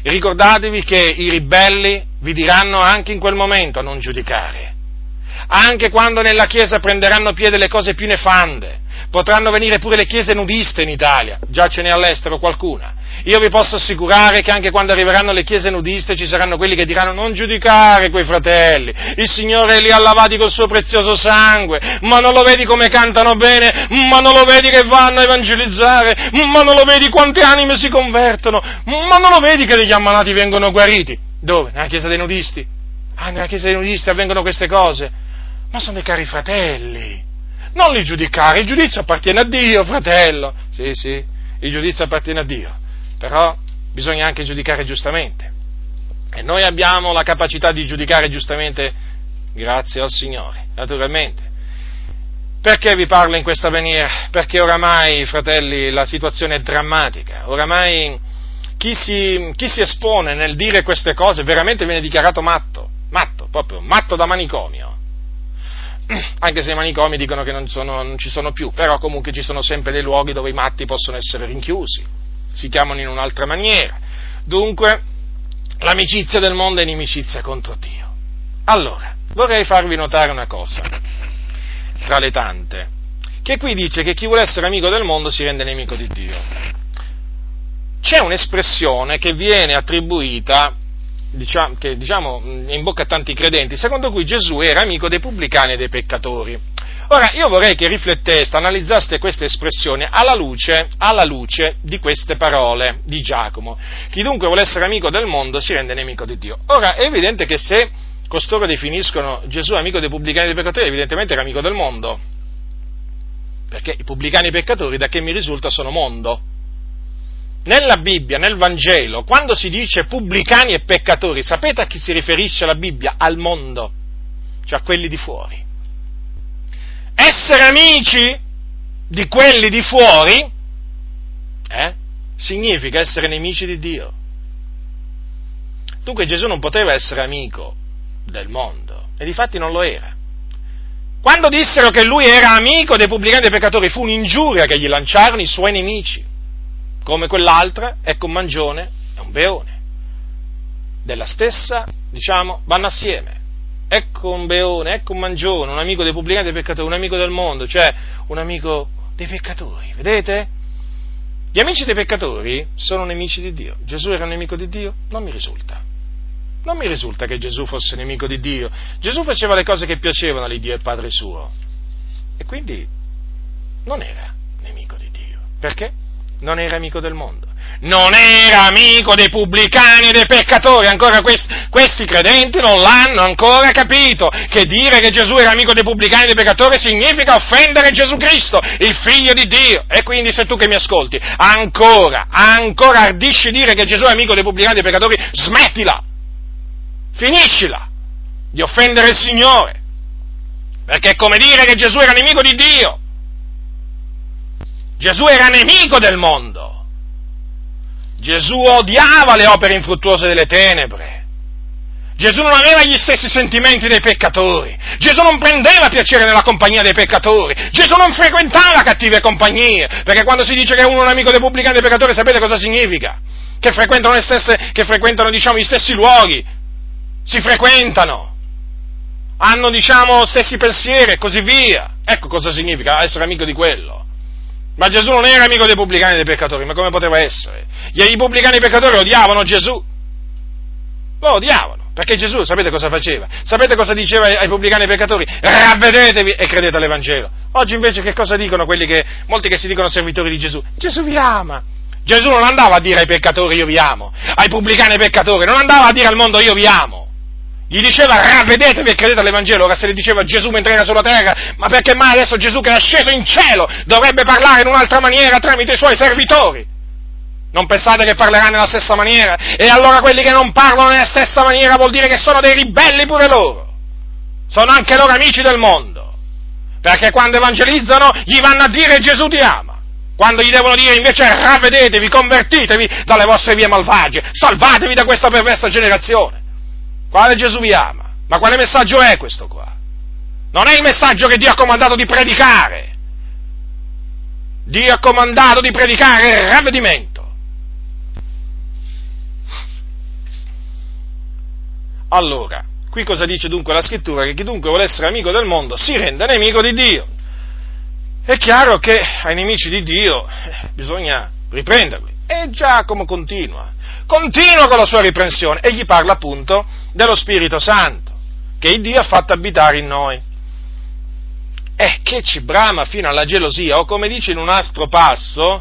che i ribelli vi diranno anche in quel momento a non giudicare, anche quando nella Chiesa prenderanno piede le cose più nefande, potranno venire pure le chiese nudiste in Italia, già ce n'è all'estero qualcuna. Io vi posso assicurare che anche quando arriveranno le chiese nudiste ci saranno quelli che diranno non giudicare quei fratelli, il Signore li ha lavati col suo prezioso sangue, ma non lo vedi come cantano bene, ma non lo vedi che vanno a evangelizzare, ma non lo vedi quante anime si convertono, ma non lo vedi che degli ammalati vengono guariti. Dove? Nella chiesa dei nudisti? Nella chiesa dei nudisti avvengono queste cose? Ma sono dei cari fratelli, non li giudicare, il giudizio appartiene a Dio, fratello, sì, il giudizio appartiene a Dio. Però bisogna anche giudicare giustamente. E noi abbiamo la capacità di giudicare giustamente grazie al Signore, naturalmente. Perché vi parlo in questa maniera? Perché oramai, fratelli, la situazione è drammatica. Oramai chi si espone nel dire queste cose veramente viene dichiarato matto, proprio matto da manicomio. Anche se i manicomi dicono che non ci sono più, però comunque ci sono sempre dei luoghi dove i matti possono essere rinchiusi, si chiamano in un'altra maniera. Dunque, l'amicizia del mondo è inimicizia contro Dio. Allora, vorrei farvi notare una cosa, tra le tante, che qui dice che chi vuole essere amico del mondo si rende nemico di Dio. C'è un'espressione che viene attribuita, che in bocca a tanti credenti, secondo cui Gesù era amico dei pubblicani e dei peccatori. Ora, io vorrei che rifletteste, analizzaste queste espressioni alla luce di queste parole di Giacomo. Chi dunque vuole essere amico del mondo si rende nemico di Dio. Ora, è evidente che se costoro definiscono Gesù amico dei pubblicani e dei peccatori, evidentemente era amico del mondo, perché i pubblicani e i peccatori, da che mi risulta, sono mondo. Nella Bibbia, nel Vangelo, quando si dice pubblicani e peccatori, sapete a chi si riferisce la Bibbia? Al mondo, cioè a quelli di fuori. Essere amici di quelli di fuori significa essere nemici di Dio. Dunque Gesù non poteva essere amico del mondo, e difatti non lo era. Quando dissero che lui era amico dei pubblicani e dei peccatori, fu un'ingiuria che gli lanciarono i suoi nemici, come quell'altra, ecco un mangione e un beone, della stessa, vanno assieme. Ecco un beone, ecco un mangione, un amico dei pubblicani e dei peccatori, un amico del mondo, cioè un amico dei peccatori, vedete? Gli amici dei peccatori sono nemici di Dio. Gesù era nemico di Dio? Non mi risulta. Non mi risulta che Gesù fosse nemico di Dio. Gesù faceva le cose che piacevano all'Iddio e Padre suo. E quindi non era nemico di Dio. Perché? Non era amico del mondo. Non era amico dei pubblicani e dei peccatori. Ancora questi credenti non l'hanno ancora capito, che dire che Gesù era amico dei pubblicani e dei peccatori significa offendere Gesù Cristo, il Figlio di Dio. E quindi se tu che mi ascolti ancora ardisci dire che Gesù è amico dei pubblicani e dei peccatori, smettila, finiscila di offendere il Signore, perché è come dire che Gesù era nemico di Dio. Gesù era nemico del mondo. Gesù odiava le opere infruttuose delle tenebre. Gesù non aveva gli stessi sentimenti dei peccatori. Gesù non prendeva piacere nella compagnia dei peccatori. Gesù non frequentava cattive compagnie, perché quando si dice che uno è un amico dei pubblicani e dei peccatori, sapete cosa significa? Che frequentano gli stessi luoghi, si frequentano, hanno stessi pensieri e così via. Ecco cosa significa essere amico di quello. Ma Gesù non era amico dei pubblicani e dei peccatori, ma come poteva essere? I pubblicani e i peccatori odiavano Gesù, lo odiavano, perché Gesù, sapete cosa faceva? Sapete cosa diceva ai pubblicani e ai peccatori? Ravvedetevi e credete all'Evangelo. Oggi invece che cosa dicono molti che si dicono servitori di Gesù? Gesù vi ama. Gesù non andava a dire ai peccatori io vi amo, ai pubblicani e ai peccatori, non andava a dire al mondo io vi amo. Gli diceva ravvedetevi e credete all'Evangelo. Ora se le diceva Gesù mentre era sulla terra, ma perché mai adesso Gesù che è asceso in cielo dovrebbe parlare in un'altra maniera tramite i suoi servitori? Non pensate che parlerà nella stessa maniera? E allora quelli che non parlano nella stessa maniera vuol dire che sono dei ribelli pure loro. Sono anche loro amici del mondo, perché quando evangelizzano gli vanno a dire Gesù ti ama, quando gli devono dire invece ravvedetevi, convertitevi dalle vostre vie malvagie, salvatevi da questa perversa generazione. Quale Gesù vi ama? Ma quale messaggio è questo qua? Non è il messaggio che Dio ha comandato di predicare. Dio ha comandato di predicare il ravvedimento. Allora, qui cosa dice dunque la Scrittura? Che chi dunque vuole essere amico del mondo si rende nemico di Dio. È chiaro che ai nemici di Dio bisogna riprenderli. E Giacomo continua con la sua riprensione e gli parla appunto dello Spirito Santo che il Dio ha fatto abitare in noi e che ci brama fino alla gelosia, o come dice in un altro passo,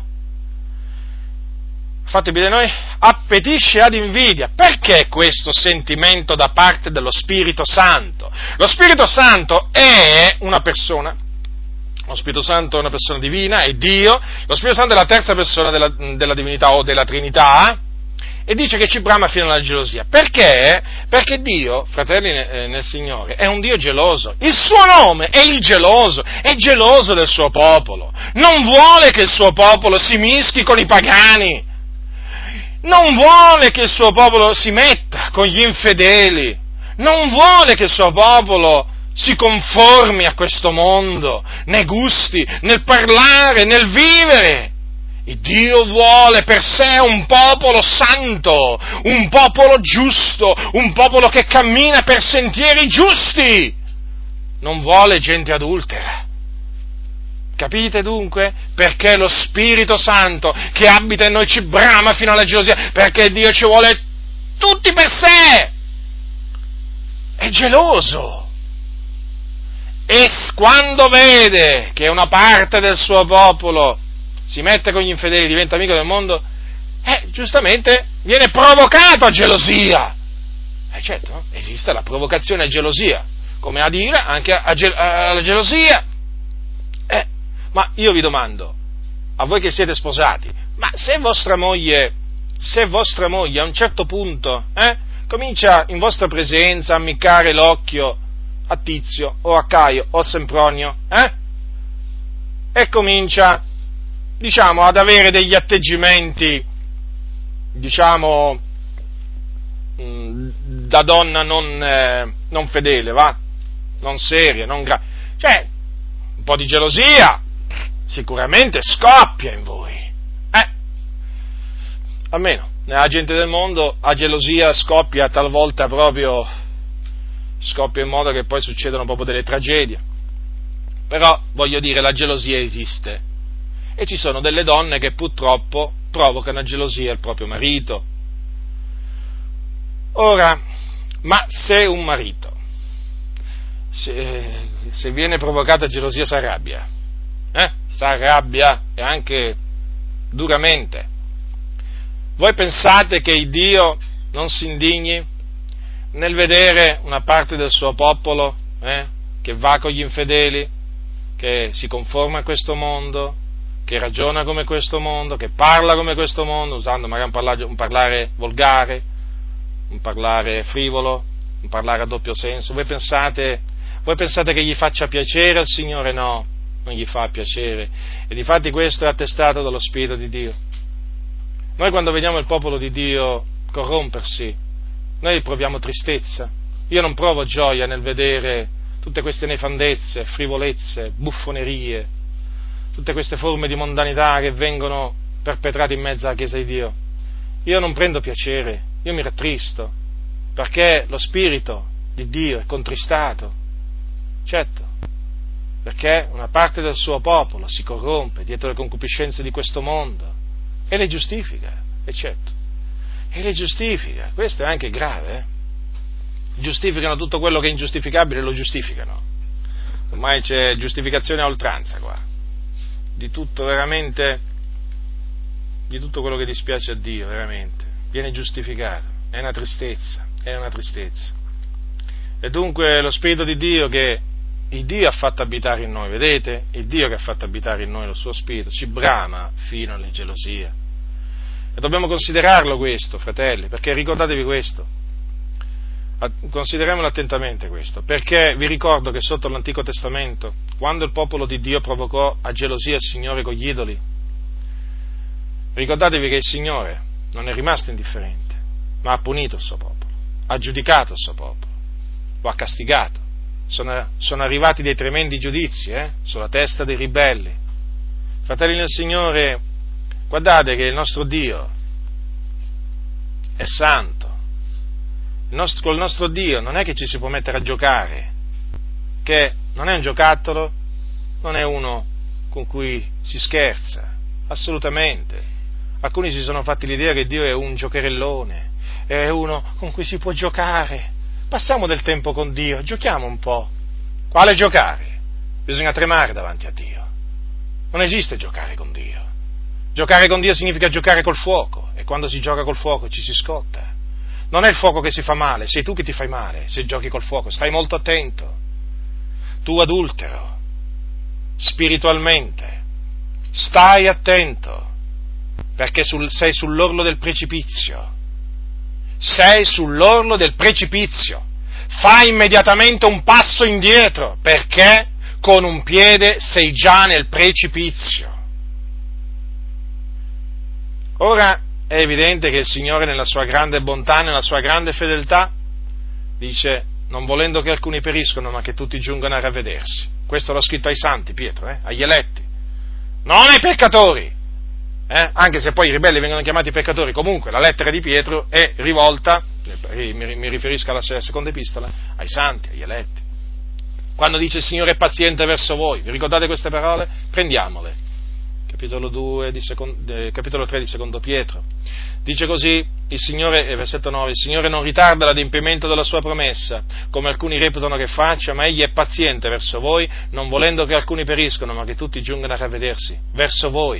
fate bene noi, appetisce ad invidia. Perché questo sentimento da parte dello Spirito Santo? Lo Spirito Santo è una persona. Lo Spirito Santo è una persona divina, è Dio. Lo Spirito Santo è la terza persona della divinità o della Trinità, E dice che ci brama fino alla gelosia. Perché? Perché Dio, fratelli nel Signore, è un Dio geloso. Il suo nome è il geloso, è geloso del suo popolo. Non vuole che il suo popolo si mischi con i pagani. Non vuole che il suo popolo si metta con gli infedeli. Non vuole che il suo popolo si conformi a questo mondo, nei gusti, nel parlare, nel vivere. E Dio vuole per sé un popolo santo, un popolo giusto, un popolo che cammina per sentieri giusti. Non vuole gente adultera. Capite dunque? Perché lo Spirito Santo che abita in noi ci brama fino alla gelosia, perché Dio ci vuole tutti per sé. È geloso. E quando vede che una parte del suo popolo si mette con gli infedeli, diventa amico del mondo, giustamente viene provocato a gelosia. Certo, no? Esiste la provocazione a gelosia, come a dire anche alla gelosia. Ma io vi domando, a voi che siete sposati, ma se vostra moglie a un certo punto comincia in vostra presenza a ammiccare l'occhio a Tizio o a Caio o a Sempronio, e comincia, ad avere degli atteggiamenti, da donna non fedele, non seria, cioè, un po' di gelosia sicuramente scoppia in voi, almeno nella gente del mondo la gelosia scoppia talvolta proprio, scoppia in modo che poi succedono proprio delle tragedie. Però, voglio dire, la gelosia esiste, e ci sono delle donne che purtroppo provocano gelosia al proprio marito. Ora, ma se un marito, se viene provocata gelosia, s'arrabbia, e anche duramente. Voi pensate che il Dio non si indigni nel vedere una parte del suo popolo che va con gli infedeli, che si conforma a questo mondo, che ragiona come questo mondo, che parla come questo mondo, usando magari un parlare volgare, un parlare frivolo, un parlare a doppio senso? Voi pensate che gli faccia piacere al Signore? No, non gli fa piacere, e difatti questo è attestato dallo Spirito di Dio. Noi quando vediamo il popolo di Dio corrompersi, noi proviamo tristezza. Io non provo gioia nel vedere tutte queste nefandezze, frivolezze, buffonerie, tutte queste forme di mondanità che vengono perpetrate in mezzo alla Chiesa di Dio. Io non prendo piacere, io mi rattristo, perché lo Spirito di Dio è contristato, certo, perché una parte del suo popolo si corrompe dietro le concupiscenze di questo mondo e le giustifica, e certo, e le giustifica. Questo è anche grave, Giustificano tutto quello che è ingiustificabile, lo giustificano. Ormai c'è giustificazione a oltranza qua, di tutto veramente, di tutto quello che dispiace a Dio, veramente, viene giustificato. È una tristezza. E dunque lo Spirito di Dio, che il Dio ha fatto abitare in noi, vedete? Il Dio che ha fatto abitare in noi lo suo Spirito, ci brama fino alle gelosie. E dobbiamo considerarlo questo, fratelli, perché ricordatevi questo, consideriamolo attentamente questo, perché vi ricordo che sotto l'Antico Testamento, quando il popolo di Dio provocò a gelosia il Signore con gli idoli, ricordatevi che il Signore non è rimasto indifferente, ma ha punito il suo popolo, ha giudicato il suo popolo, lo ha castigato. Sono arrivati dei tremendi giudizi sulla testa dei ribelli. Fratelli nel Signore, guardate che il nostro Dio è santo. Col nostro Dio non è che ci si può mettere a giocare, che non è un giocattolo, non è uno con cui si scherza, assolutamente. Alcuni si sono fatti l'idea che Dio è un giocherellone, è uno con cui si può giocare. Passiamo del tempo con Dio, giochiamo un po'. Quale giocare? Bisogna tremare davanti a Dio. Non esiste giocare con Dio. Giocare con Dio significa giocare col fuoco, e quando si gioca col fuoco ci si scotta. Non è il fuoco che si fa male, sei tu che ti fai male se giochi col fuoco, stai molto attento. Tu adultero, spiritualmente, stai attento, perché sei sull'orlo del precipizio. sei sull'orlo del precipizio. Fai immediatamente un passo indietro, perché con un piede sei già nel precipizio. Ora è evidente che il Signore, nella sua grande bontà, nella sua grande fedeltà, dice: non volendo che alcuni periscono, ma che tutti giungano a ravvedersi. Questo l'ho scritto ai santi, Pietro, agli eletti, non ai peccatori. Anche se poi i ribelli vengono chiamati peccatori, comunque la lettera di Pietro è rivolta, mi riferisco alla seconda epistola, ai santi, agli eletti. Quando dice il Signore è paziente verso voi, vi ricordate queste parole? Prendiamole. Capitolo 3 di secondo Pietro. Dice così il Signore, versetto 9: il Signore non ritarda l'adempimento della sua promessa, come alcuni reputano che faccia, ma egli è paziente verso voi, non volendo che alcuni periscono, ma che tutti giungano a ravvedersi. Verso voi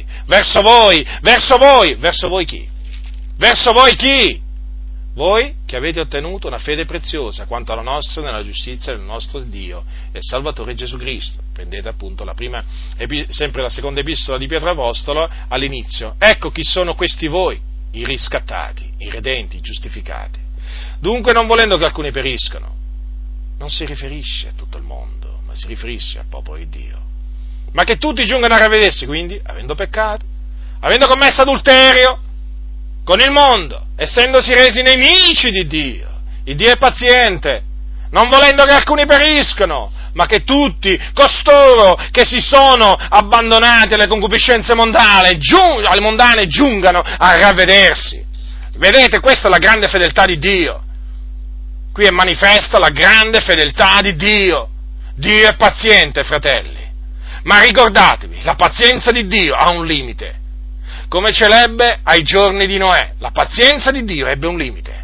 chi? Verso voi chi? Voi che avete ottenuto una fede preziosa quanto alla nostra nella giustizia del nostro Dio e Salvatore Gesù Cristo. Prendete appunto sempre la seconda epistola di Pietro Apostolo all'inizio. Ecco chi sono questi voi, i riscattati, i redenti, i giustificati. Dunque, non volendo che alcuni periscano, non si riferisce a tutto il mondo, ma si riferisce al popolo di Dio. Ma che tutti giungano a ravvedersi, quindi, avendo peccato, avendo commesso adulterio con il mondo, essendosi resi nemici di Dio. Il Dio è paziente, non volendo che alcuni periscano, ma che tutti costoro che si sono abbandonati alle concupiscenze mondane giungano a ravvedersi. Vedete, questa è la grande fedeltà di Dio. Qui è manifesta la grande fedeltà di Dio. Dio è paziente, fratelli, ma ricordatevi, la pazienza di Dio ha un limite. Come ce l'ebbe ai giorni di Noè, la pazienza di Dio ebbe un limite,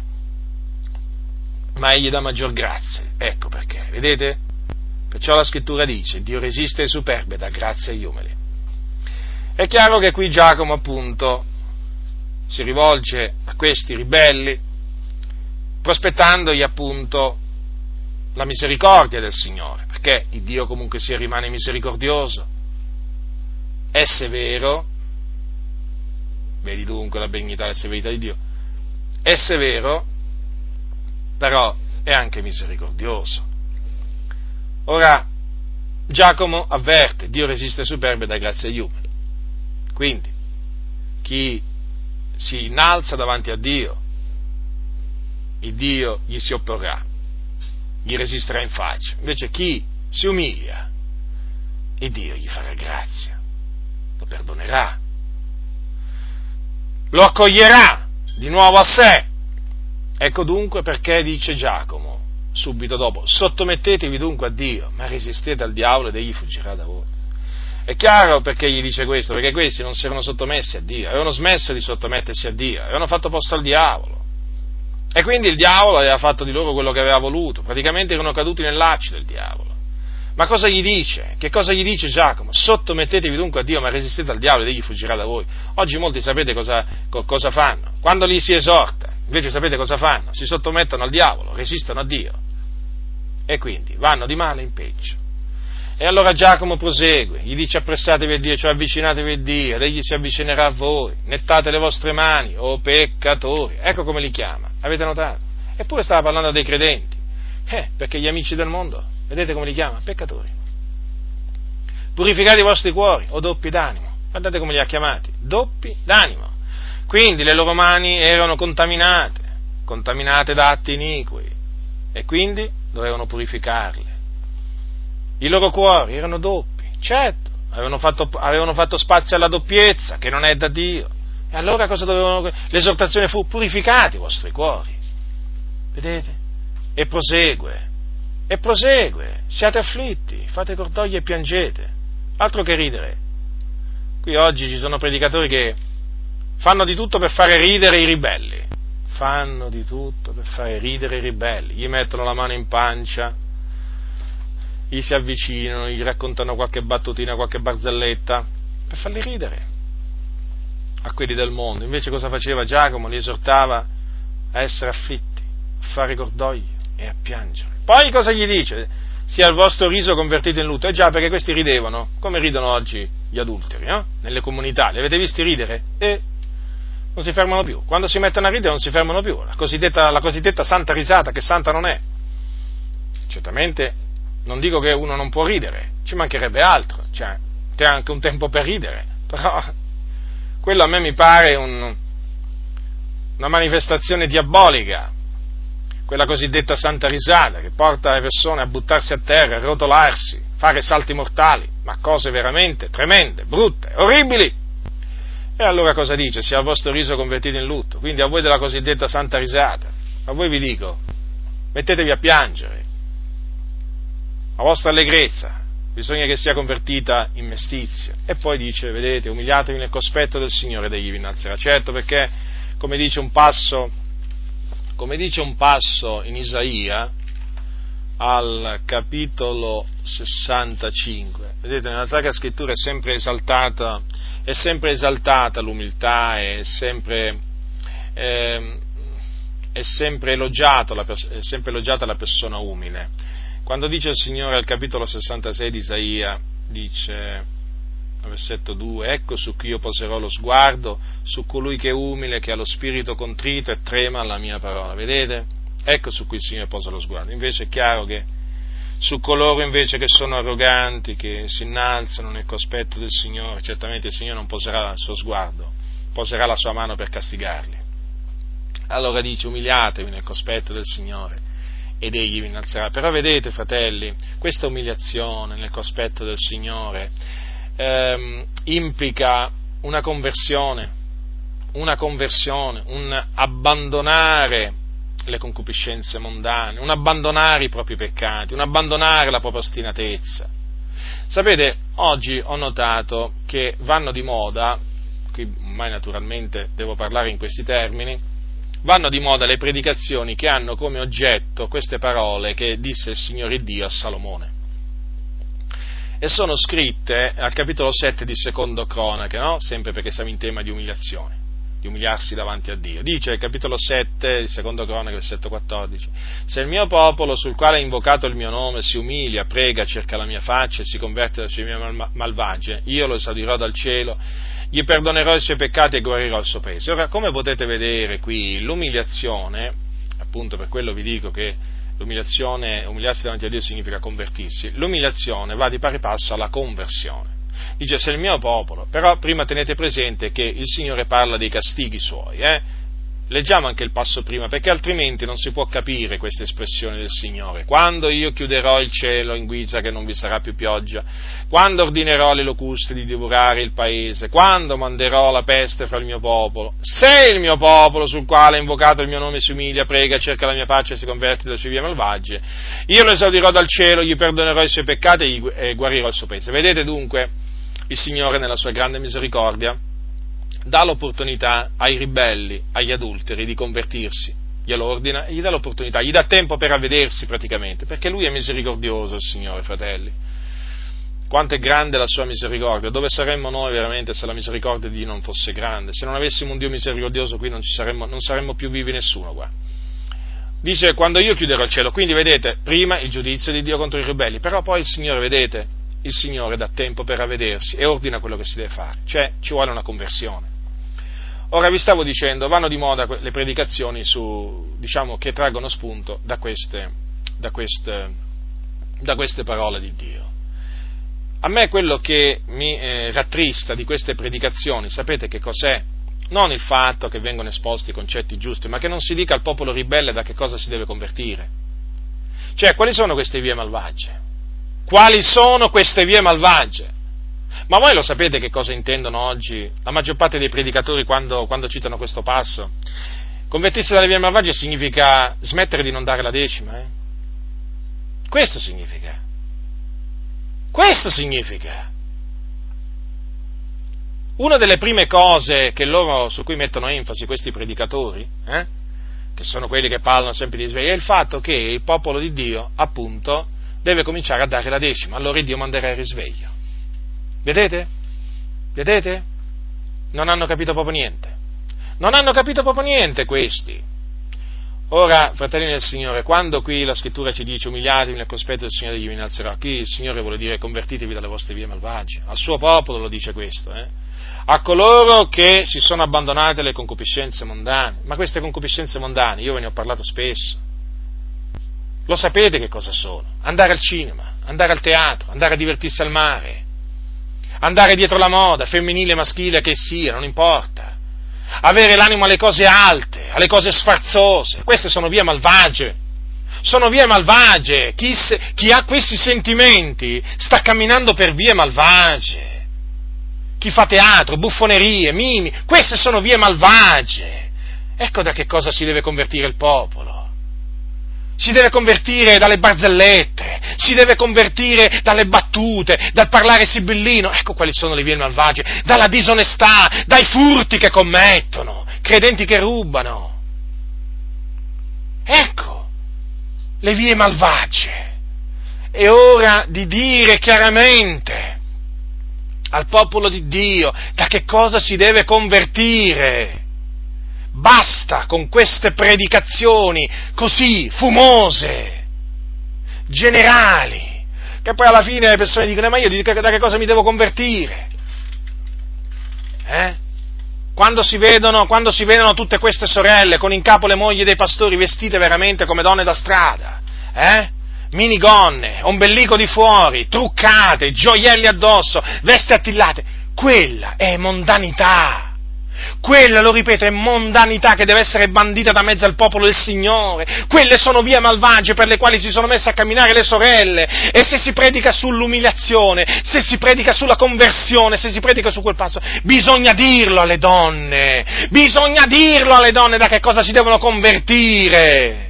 ma egli dà maggior grazia. Ecco perché, vedete? Perciò la scrittura dice: Dio resiste ai superbi e dà grazia agli umili. È chiaro che qui Giacomo appunto si rivolge a questi ribelli prospettandogli appunto la misericordia del Signore, perché il Dio comunque sia rimane misericordioso, è severo. Vedi dunque la benignità e la severità di Dio. È severo, però è anche misericordioso. Ora, Giacomo avverte: Dio resiste ai superbi e dà grazia agli umili. Quindi, chi si innalza davanti a Dio, il Dio gli si opporrà, gli resisterà in faccia. Invece chi si umilia, il Dio gli farà grazia, lo perdonerà, lo accoglierà di nuovo a sé. Ecco dunque perché dice Giacomo subito dopo: sottomettetevi dunque a Dio, ma resistete al diavolo ed egli fuggirà da voi. È chiaro perché gli dice questo, perché questi non si erano sottomessi a Dio, avevano smesso di sottomettersi a Dio, avevano fatto posto al diavolo, e quindi il diavolo aveva fatto di loro quello che aveva voluto, praticamente erano caduti nel laccio del diavolo. Ma cosa gli dice? Che cosa gli dice Giacomo? Sottomettetevi dunque a Dio, ma resistete al diavolo ed egli fuggirà da voi. Oggi molti sapete cosa fanno? Quando li si esorta, invece sapete cosa fanno? Si sottomettono al diavolo, resistono a Dio, e quindi vanno di male in peggio. E allora Giacomo prosegue, gli dice: appressatevi a Dio, cioè avvicinatevi a Dio, ed egli si avvicinerà a voi, nettate le vostre mani, o peccatori. Ecco come li chiama, avete notato? Eppure stava parlando dei credenti, perché gli amici del mondo, vedete come li chiama? Peccatori. Purificate i vostri cuori, o doppi d'animo. Guardate come li ha chiamati, doppi d'animo. Quindi le loro mani erano contaminate da atti iniqui, e quindi dovevano purificarle. I loro cuori erano doppi, certo, avevano fatto spazio alla doppiezza, che non è da Dio. E allora cosa dovevano? L'esortazione fu: purificate i vostri cuori. Vedete? E prosegue, siate afflitti, fate cordoglio e piangete, altro che ridere. Qui oggi ci sono predicatori che fanno di tutto per fare ridere i ribelli, gli mettono la mano in pancia, gli si avvicinano, gli raccontano qualche battutina, qualche barzelletta, per farli ridere a quelli del mondo. Invece cosa faceva Giacomo? Li esortava a essere afflitti, a fare cordoglio e a piangere. Poi cosa gli dice? Sia il vostro riso convertito in lutto. Già, perché questi ridevano, come ridono oggi gli adulteri, no? Nelle comunità, li avete visti ridere? non si fermano più, quando si mettono a ridere non si fermano più, la cosiddetta santa risata, che santa non è. Certamente non dico che uno non può ridere, ci mancherebbe altro, cioè c'è anche un tempo per ridere, però quello a me mi pare una manifestazione diabolica, quella cosiddetta santa risata, che porta le persone a buttarsi a terra, a rotolarsi, fare salti mortali, ma cose veramente tremende, brutte, orribili. E allora cosa dice? Sia il vostro riso convertito in lutto. Quindi a voi della cosiddetta santa risata, a voi vi dico, mettetevi a piangere, la vostra allegrezza bisogna che sia convertita in mestizia. E poi dice, vedete, umiliatevi nel cospetto del Signore ed egli vi innalzerà. Certo, perché, come dice un passo in Isaia, al capitolo 65, vedete, nella Sacra Scrittura è sempre esaltata l'umiltà, è sempre elogiata la persona umile. Quando dice il Signore al capitolo 66 di Isaia, dice, versetto 2, ecco su chi io poserò lo sguardo, su colui che è umile, che ha lo spirito contrito e trema alla mia parola. Vedete? Ecco su cui il Signore posa lo sguardo. Invece è chiaro che su coloro invece che sono arroganti, che si innalzano nel cospetto del Signore, certamente il Signore non poserà il suo sguardo, poserà la sua mano per castigarli. Allora dice, umiliatevi nel cospetto del Signore ed egli vi innalzerà. Però vedete, fratelli, questa umiliazione nel cospetto del Signore implica una conversione, un abbandonare le concupiscenze mondane, un abbandonare i propri peccati, un abbandonare la propria ostinatezza. Sapete, oggi ho notato che vanno di moda, qui ormai naturalmente devo parlare in questi termini, vanno di moda le predicazioni che hanno come oggetto queste parole che disse il Signore Dio a Salomone. E sono scritte al capitolo 7 di Secondo Cronache, no? Sempre perché siamo in tema di umiliazione, di umiliarsi davanti a Dio. Dice il capitolo 7 di Secondo Cronache, versetto 14, se il mio popolo sul quale ha invocato il mio nome si umilia, prega, cerca la mia faccia e si converte dalle sue mie malvagie, io lo esaudirò dal cielo, gli perdonerò i suoi peccati e guarirò il suo paese. Ora, come potete vedere qui, l'umiliazione, appunto per quello vi dico che umiliarsi davanti a Dio significa convertirsi, l'umiliazione va di pari passo alla conversione. Dice, se il mio popolo, però prima tenete presente che il Signore parla dei castighi suoi, Leggiamo anche il passo prima, perché altrimenti non si può capire questa espressione del Signore. Quando io chiuderò il cielo in guisa che non vi sarà più pioggia, quando ordinerò alle locuste di divorare il paese, quando manderò la peste fra il mio popolo, se il mio popolo sul quale ha invocato il mio nome si umilia, prega, cerca la mia pace e si converte dalle sue vie malvagie, io lo esaudirò dal cielo, gli perdonerò i suoi peccati e guarirò il suo paese. Vedete dunque, il Signore nella sua grande misericordia dà l'opportunità ai ribelli, agli adulteri di convertirsi, glielo ordina e gli dà l'opportunità, gli dà tempo per avvedersi praticamente, perché Lui è misericordioso, il Signore, fratelli. Quanto è grande la sua misericordia, dove saremmo noi veramente se la misericordia di Dio non fosse grande? Se non avessimo un Dio misericordioso qui non saremmo più vivi nessuno qua. Dice, quando io chiuderò il cielo, quindi vedete, prima il giudizio di Dio contro i ribelli, però poi il Signore, vedete, il Signore dà tempo per avvedersi e ordina quello che si deve fare, cioè ci vuole una conversione. Ora vi stavo dicendo, vanno di moda le predicazioni che traggono spunto da queste parole di Dio. A me quello che mi rattrista di queste predicazioni, sapete che cos'è? Non il fatto che vengono esposti i concetti giusti, ma che non si dica al popolo ribelle da che cosa si deve convertire. Cioè, quali sono queste vie malvagie? Quali sono queste vie malvagie? Ma voi lo sapete che cosa intendono oggi la maggior parte dei predicatori quando citano questo passo? Convertirsi dalle vie malvagie significa smettere di non dare la decima, Questo significa. Una delle prime cose su cui mettono enfasi questi predicatori, che sono quelli che parlano sempre di risveglio, è il fatto che il popolo di Dio, appunto, deve cominciare a dare la decima, allora Dio manderà il risveglio. Vedete? Non hanno capito proprio niente. Non hanno capito proprio niente questi. Ora, fratelli del Signore, quando qui la Scrittura ci dice umiliatevi nel cospetto del Signore che vi innalzerà, qui il Signore vuole dire convertitevi dalle vostre vie malvagie, al suo popolo lo dice questo, a coloro che si sono abbandonati alle concupiscenze mondane, ma queste concupiscenze mondane, io ve ne ho parlato spesso, lo sapete che cosa sono? Andare al cinema, andare al teatro, andare a divertirsi al mare, andare dietro la moda, femminile, maschile che sia, non importa. Avere l'animo alle cose alte, alle cose sfarzose, queste sono vie malvagie. Sono vie malvagie. Chi ha questi sentimenti sta camminando per vie malvagie. Chi fa teatro, buffonerie, mimi, queste sono vie malvagie. Ecco da che cosa si deve convertire il popolo. Si deve convertire dalle barzellette, si deve convertire dalle battute, dal parlare sibillino, ecco quali sono le vie malvagie, dalla disonestà, dai furti che commettono, credenti che rubano. Ecco le vie malvagie. È ora di dire chiaramente al popolo di Dio da che cosa si deve convertire. Basta con queste predicazioni così fumose, generali, che poi alla fine le persone dicono ma io da che cosa mi devo convertire? Quando si vedono tutte queste sorelle con in capo le mogli dei pastori vestite veramente come donne da strada, minigonne, ombelico di fuori, truccate, gioielli addosso, vesti attillate, quella è mondanità. Quella, lo ripeto, è mondanità che deve essere bandita da mezzo al popolo del Signore. Quelle sono vie malvagie per le quali si sono messe a camminare le sorelle. E se si predica sull'umiliazione, se si predica sulla conversione, se si predica su quel passo, bisogna dirlo alle donne da che cosa si devono convertire.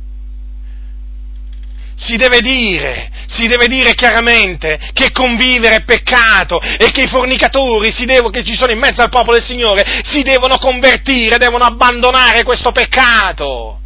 Si deve dire chiaramente che convivere è peccato e che i fornicatori che ci sono in mezzo al popolo del Signore si devono convertire, devono abbandonare questo peccato.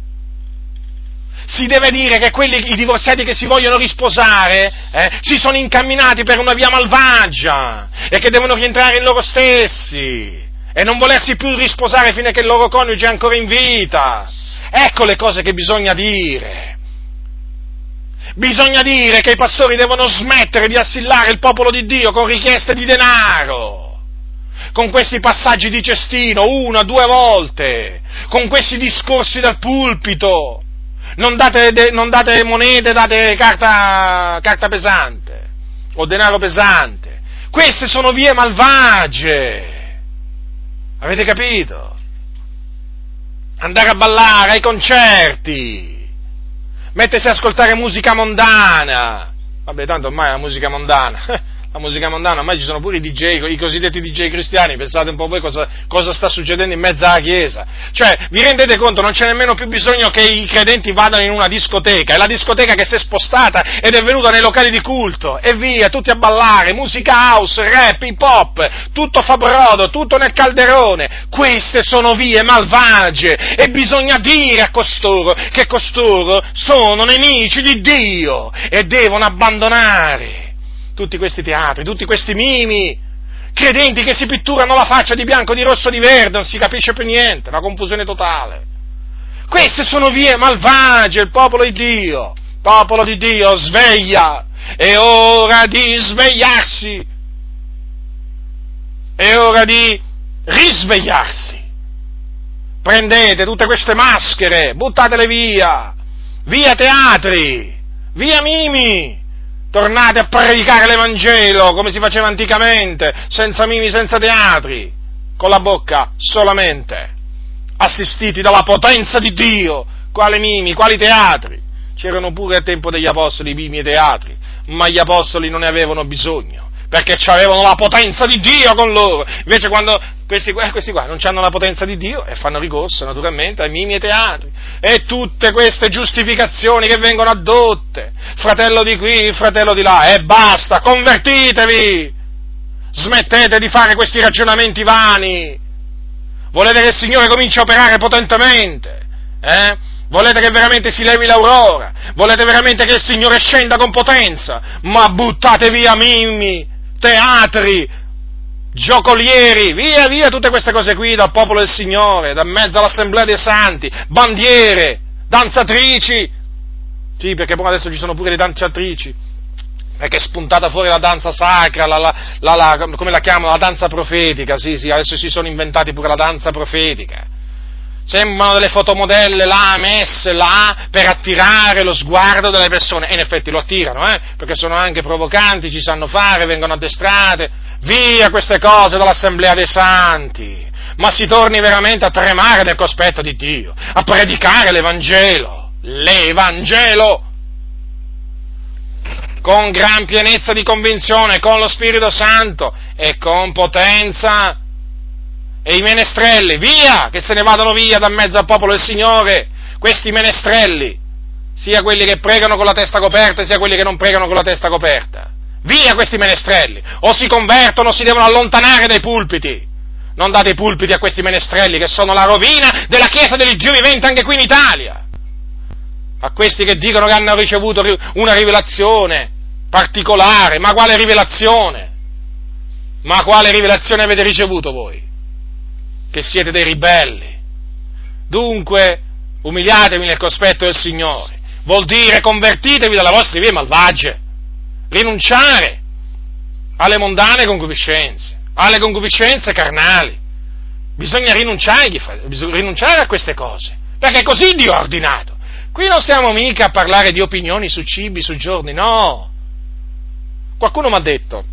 Si deve dire che i divorziati che si vogliono risposare si sono incamminati per una via malvagia e che devono rientrare in loro stessi e non volersi più risposare fino a che il loro coniuge è ancora in vita. Ecco le cose che bisogna dire. Bisogna dire che i pastori devono smettere di assillare il popolo di Dio con richieste di denaro, con questi passaggi di cestino 1 o 2 volte, con questi discorsi dal pulpito. Non date monete, date carta pesante o denaro pesante. Queste sono vie malvagie. Avete capito? Andare a ballare ai concerti. Mettersi ad ascoltare musica mondana, vabbè tanto ormai la musica mondana, ormai ci sono pure i DJ, i cosiddetti DJ cristiani, pensate un po' voi cosa sta succedendo in mezzo alla Chiesa, cioè vi rendete conto, non c'è nemmeno più bisogno che i credenti vadano in una discoteca, è la discoteca che si è spostata ed è venuta nei locali di culto, e via, tutti a ballare, musica house, rap, hip hop, tutto fa brodo, tutto nel calderone. Queste sono vie malvagie e bisogna dire a costoro che costoro sono nemici di Dio e devono abbandonare tutti questi teatri, tutti questi mimi, credenti che si pitturano la faccia di bianco, di rosso, di verde, non si capisce più niente, una confusione totale. Queste sono vie malvagie, il popolo di Dio, sveglia, è ora di svegliarsi, è ora di risvegliarsi. Prendete tutte queste maschere, buttatele via teatri, via mimi. Tornate a predicare l'Evangelo come si faceva anticamente, senza mimi, senza teatri, con la bocca solamente, assistiti dalla potenza di Dio. Quali mimi, quali teatri? C'erano pure al tempo degli apostoli mimi e teatri, ma gli apostoli non ne avevano bisogno, perché avevano la potenza di Dio con loro. Invece quando questi qua non hanno la potenza di Dio e fanno ricorso naturalmente ai mimi e teatri e tutte queste giustificazioni che vengono addotte, fratello di qui, fratello di là, e basta, convertitevi, smettete di fare questi ragionamenti vani. Volete che il Signore cominci a operare potentemente? Volete che veramente si levi l'aurora? Volete veramente che il Signore scenda con potenza? Ma buttate via mimi, teatri, giocolieri, via, via tutte queste cose qui dal popolo del Signore, da mezzo all'assemblea dei santi, bandiere, danzatrici, sì, perché poi adesso ci sono pure le danzatrici, perché è spuntata fuori la danza sacra, come la chiamano, la danza profetica, sì, adesso si sono inventati pure la danza profetica. Sembrano delle fotomodelle là, messe là, per attirare lo sguardo delle persone, e in effetti lo attirano, perché sono anche provocanti, ci sanno fare, vengono addestrate, via queste cose dall'assemblea dei santi, ma si torni veramente a tremare nel cospetto di Dio, a predicare l'Evangelo, con gran pienezza di convinzione, con lo Spirito Santo e con potenza. E i menestrelli, via, che se ne vadano via da mezzo al popolo del Signore, questi menestrelli, sia quelli che pregano con la testa coperta, sia quelli che non pregano con la testa coperta. Via questi menestrelli, o si convertono o si devono allontanare dai pulpiti. Non date i pulpiti a questi menestrelli che sono la rovina della Chiesa dell'Iddio vivente anche qui in Italia. A questi che dicono che hanno ricevuto una rivelazione particolare, ma quale rivelazione? Ma quale rivelazione avete ricevuto voi? Che siete dei ribelli. Dunque, umiliatevi nel cospetto del Signore. Vuol dire convertitevi dalle vostre vie malvagie, rinunciare alle mondane concupiscenze, alle concupiscenze carnali. Bisogna rinunciare a queste cose, perché così Dio ha ordinato. Qui non stiamo mica a parlare di opinioni su cibi, su giorni, no. Qualcuno mi ha detto,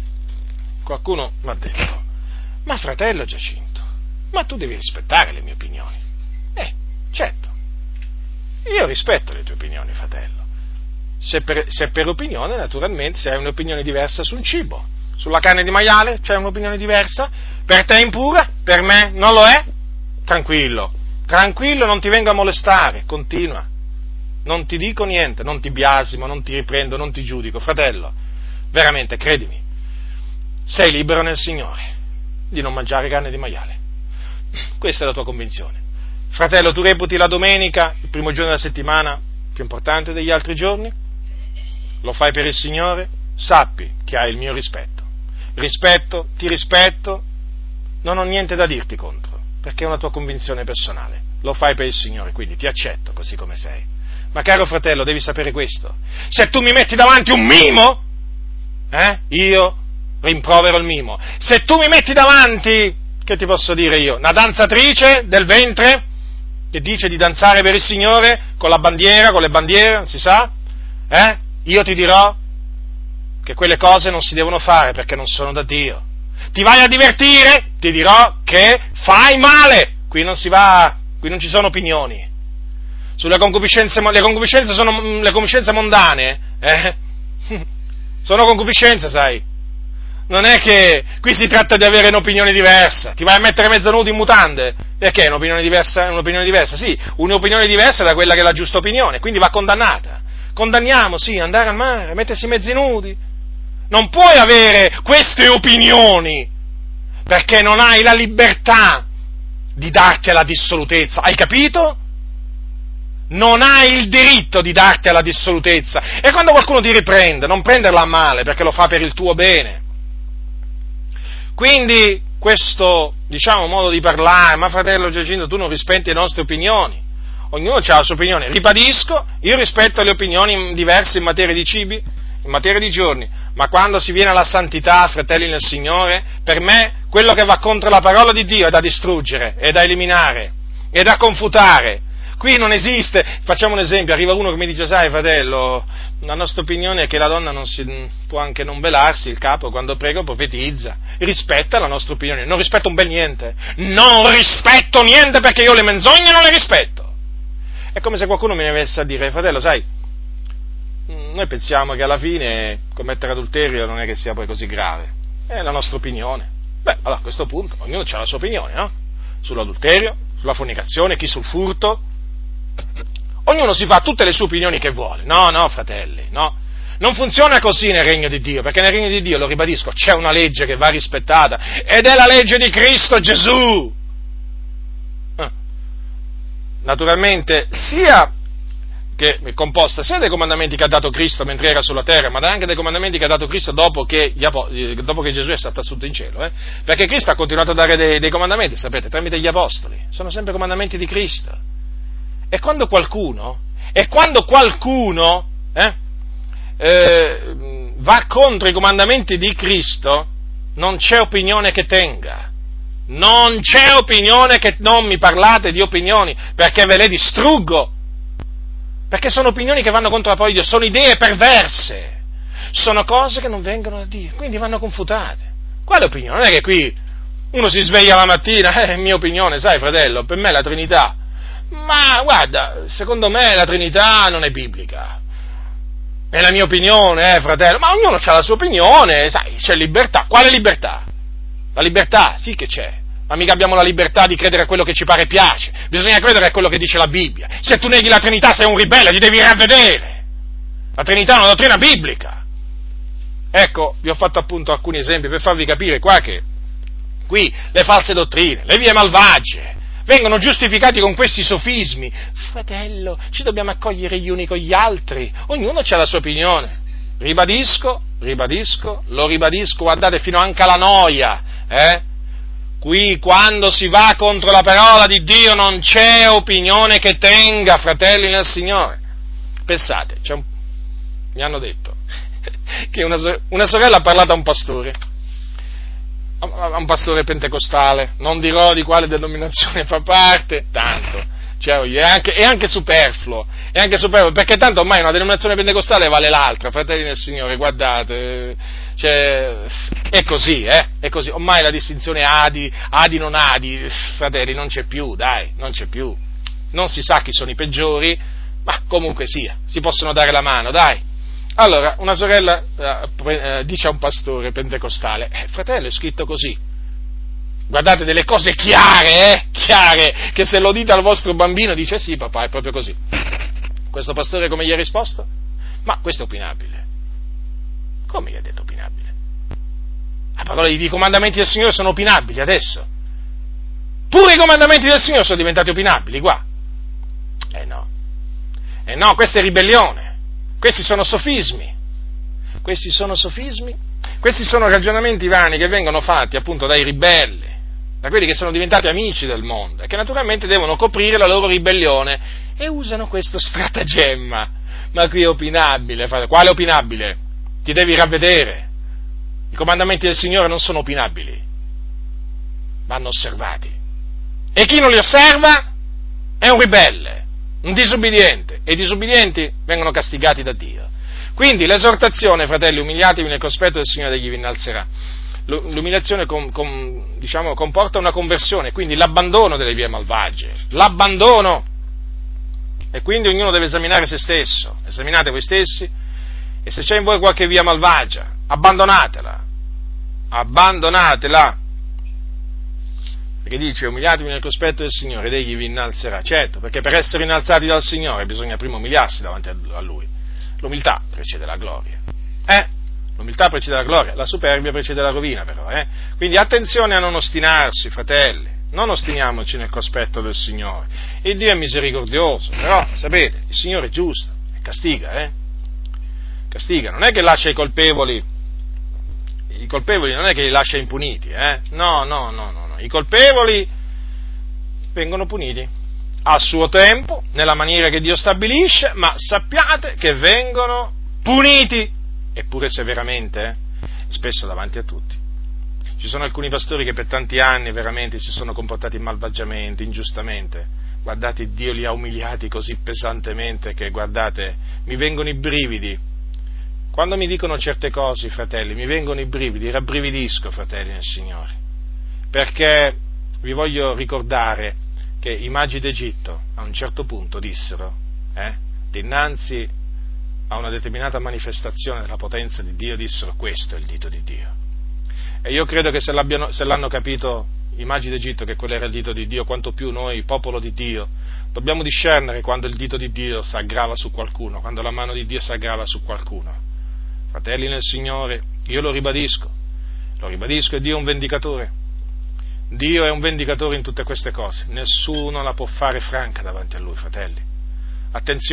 ma fratello Giacinto, ma tu devi rispettare le mie opinioni. Certo, io rispetto le tue opinioni, fratello. Se per opinione, naturalmente, se hai un'opinione diversa sul cibo, sulla carne di maiale, c'hai un'opinione diversa, per te è impura, per me non lo è, tranquillo, non ti vengo a molestare, continua, non ti dico niente, non ti biasimo, non ti riprendo, non ti giudico, fratello, veramente, credimi, sei libero nel Signore di non mangiare carne di maiale. Questa è la tua convinzione. Fratello, tu reputi la domenica, il primo giorno della settimana, più importante degli altri giorni? Lo fai per il Signore? Sappi che hai il mio rispetto. Ti rispetto, non ho niente da dirti contro, perché è una tua convinzione personale. Lo fai per il Signore, quindi ti accetto così come sei. Ma caro fratello, devi sapere questo. Se tu mi metti davanti un mimo, io rimprovero il mimo. Se tu mi metti davanti, che ti posso dire io, una danzatrice del ventre, che dice di danzare per il Signore, con la bandiera, con le bandiere, non si sa, io ti dirò che quelle cose non si devono fare perché non sono da Dio. Ti vai a divertire, ti dirò che fai male. Qui non ci sono opinioni. Sulle concupiscenze, le concupiscenze sono le concupiscenze mondane, sono concupiscenze, sai. Non è che qui si tratta di avere un'opinione diversa. Ti vai a mettere mezzo nudo in mutande? Perché è un'opinione diversa? È un'opinione diversa, sì, un'opinione diversa da quella che è la giusta opinione, quindi va condannata. Condanniamo, sì, andare al mare, mettersi mezzi nudi. Non puoi avere queste opinioni, perché non hai la libertà di darti alla dissolutezza, hai capito? Non hai il diritto di darti alla dissolutezza. E quando qualcuno ti riprende, non prenderla a male, perché lo fa per il tuo bene. Quindi, questo, modo di parlare, ma fratello Giacinto, tu non rispetti le nostre opinioni. Ognuno ha la sua opinione. Ribadisco, io rispetto le opinioni diverse in materia di cibi, in materia di giorni, ma quando si viene alla santità, fratelli nel Signore, per me, quello che va contro la parola di Dio è da distruggere, è da eliminare, è da confutare. Qui non esiste, facciamo un esempio, arriva uno che mi dice, sai fratello, la nostra opinione è che la donna non si può anche non velarsi il capo quando prega o profetizza, rispetta la nostra opinione, non rispetto un bel niente, non rispetto niente perché io le menzogne non le rispetto. È come se qualcuno mi avesse a dire, fratello, sai, noi pensiamo che alla fine commettere adulterio non è che sia poi così grave, è la nostra opinione. Beh, allora a questo punto ognuno ha la sua opinione, no? Sull'adulterio, sulla fornicazione, chi sul furto. Ognuno si fa tutte le sue opinioni che vuole. No, fratelli, no. Non funziona così nel regno di Dio, perché nel regno di Dio, lo ribadisco, c'è una legge che va rispettata, ed è la legge di Cristo Gesù. Naturalmente, sia che è composta sia dai comandamenti che ha dato Cristo mentre era sulla terra, ma anche dai comandamenti che ha dato Cristo dopo che Gesù è stato assunto in cielo, perché Cristo ha continuato a dare dei comandamenti, sapete, tramite gli apostoli, sono sempre comandamenti di Cristo. E quando qualcuno va contro i comandamenti di Cristo, non c'è opinione che tenga. Non c'è opinione che non mi parlate di opinioni, perché ve le distruggo. Perché sono opinioni che vanno contro la parola di Dio, sono idee perverse, sono cose che non vengono da Dio, quindi vanno confutate. Quale opinione? Non è che qui uno si sveglia la mattina, è mia opinione, sai fratello, per me la Trinità. Ma guarda, secondo me la Trinità non è biblica. È la mia opinione, fratello, ma ognuno ha la sua opinione, sai, c'è libertà. Quale libertà? La libertà, sì che c'è, ma mica abbiamo la libertà di credere a quello che ci pare e piace, bisogna credere a quello che dice la Bibbia. Se tu neghi la Trinità sei un ribelle, ti devi ravvedere. La Trinità è una dottrina biblica. Ecco, vi ho fatto appunto alcuni esempi per farvi capire qua che qui le false dottrine, le vie malvagie, vengono giustificati con questi sofismi. Fratello, ci dobbiamo accogliere gli uni con gli altri, ognuno ha la sua opinione. Lo ribadisco, guardate, fino anche alla noia, Qui, quando si va contro la parola di Dio, non c'è opinione che tenga, fratelli nel Signore. Pensate, mi hanno detto che una sorella ha parlato a un pastore pentecostale, non dirò di quale denominazione fa parte, tanto, è anche superfluo, perché tanto ormai una denominazione pentecostale vale l'altra, fratelli del Signore, guardate, è così, ormai la distinzione adi non adi, fratelli, non c'è più, non si sa chi sono i peggiori, ma comunque sia, si possono dare la mano, dai. Allora, una sorella dice a un pastore pentecostale, fratello, è scritto così. Guardate, delle cose chiare, che se lo dite al vostro bambino dice sì papà, è proprio così. Questo pastore come gli ha risposto? Ma questo è opinabile. Come gli ha detto opinabile? La parola di Dio, i comandamenti del Signore sono opinabili adesso. Pure i comandamenti del Signore sono diventati opinabili qua. No, questa è ribellione. Questi sono sofismi, questi sono ragionamenti vani che vengono fatti appunto dai ribelli, da quelli che sono diventati amici del mondo e che naturalmente devono coprire la loro ribellione e usano questo stratagemma. Ma qui è opinabile, quale opinabile? Ti devi ravvedere, i comandamenti del Signore non sono opinabili, vanno osservati, e chi non li osserva è un ribelle, un disubbidiente, e i disubbidienti vengono castigati da Dio. Quindi l'esortazione, fratelli, umiliatevi nel cospetto del Signore, egli vi innalzerà. L'umiliazione comporta una conversione, quindi l'abbandono delle vie malvagie, l'abbandono, e quindi ognuno deve esaminare se stesso, esaminate voi stessi, e se c'è in voi qualche via malvagia, abbandonatela, perché dice umiliatevi nel cospetto del Signore ed egli vi innalzerà. Certo, perché per essere innalzati dal Signore bisogna prima umiliarsi davanti a Lui. L'umiltà precede la gloria. L'umiltà precede la gloria, la superbia precede la rovina però. Quindi attenzione a non ostinarsi, fratelli, non ostiniamoci nel cospetto del Signore. Il Dio è misericordioso, però sapete, il Signore è giusto e castiga, castiga, non è che lascia i colpevoli non è che li lascia impuniti, no. I colpevoli vengono puniti a suo tempo, nella maniera che Dio stabilisce, ma sappiate che vengono puniti, eppure severamente, spesso davanti a tutti. Ci sono alcuni pastori che per tanti anni veramente si sono comportati malvagiamente, ingiustamente. Guardate, Dio li ha umiliati così pesantemente che, guardate, mi vengono i brividi. Quando mi dicono certe cose, fratelli, mi vengono i brividi, rabbrividisco, fratelli nel Signore, perché vi voglio ricordare che i magi d'Egitto a un certo punto dissero, dinanzi a una determinata manifestazione della potenza di Dio, dissero: questo è il dito di Dio. E io credo che se l'hanno capito i magi d'Egitto che quello era il dito di Dio, quanto più noi, popolo di Dio, dobbiamo discernere quando il dito di Dio si aggrava su qualcuno, quando la mano di Dio si aggrava su qualcuno. Fratelli nel Signore, io lo ribadisco, e Dio è un vendicatore. Dio è un vendicatore in tutte queste cose, nessuno la può fare franca davanti a Lui, fratelli. Attenzione,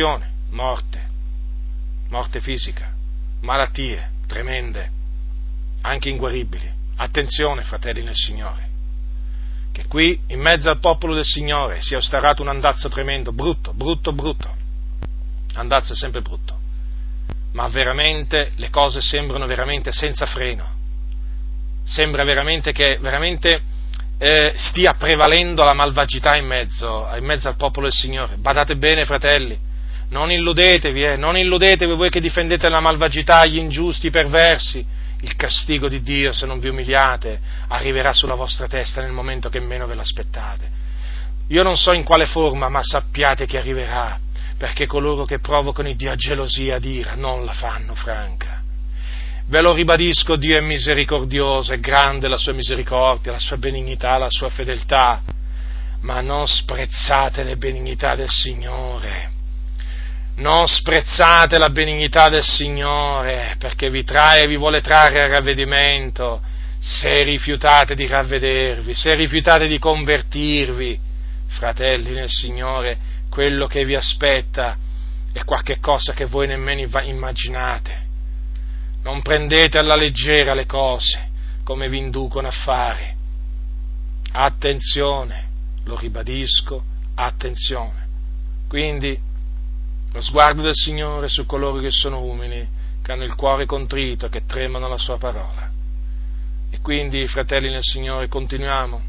morte fisica, malattie tremende, anche inguaribili. Attenzione, fratelli nel Signore, che qui in mezzo al popolo del Signore sia osterato un andazzo tremendo, brutto, andazzo è sempre brutto, ma veramente le cose sembrano veramente senza freno, sembra veramente che stia prevalendo la malvagità in mezzo al popolo del Signore. Badate bene, fratelli, non illudetevi voi che difendete la malvagità, gli ingiusti, i perversi. Il castigo di Dio, se non vi umiliate, arriverà sulla vostra testa nel momento che meno ve l'aspettate. Io non so in quale forma, ma sappiate che arriverà, perché coloro che provocano il Dio a gelosia, ad ira, non la fanno franca. Ve lo ribadisco, Dio è misericordioso, è grande la sua misericordia, la sua benignità, la sua fedeltà, ma non sprezzate le benignità del Signore. Non sprezzate la benignità del Signore, perché vi vuole trarre a ravvedimento, se rifiutate di ravvedervi, se rifiutate di convertirvi. Fratelli nel Signore, quello che vi aspetta è qualche cosa che voi nemmeno immaginate. Non prendete alla leggera le cose come vi inducono a fare. Attenzione, lo ribadisco, attenzione. Quindi lo sguardo del Signore su coloro che sono umili, che hanno il cuore contrito, che tremano la sua parola. E quindi, fratelli nel Signore, continuiamo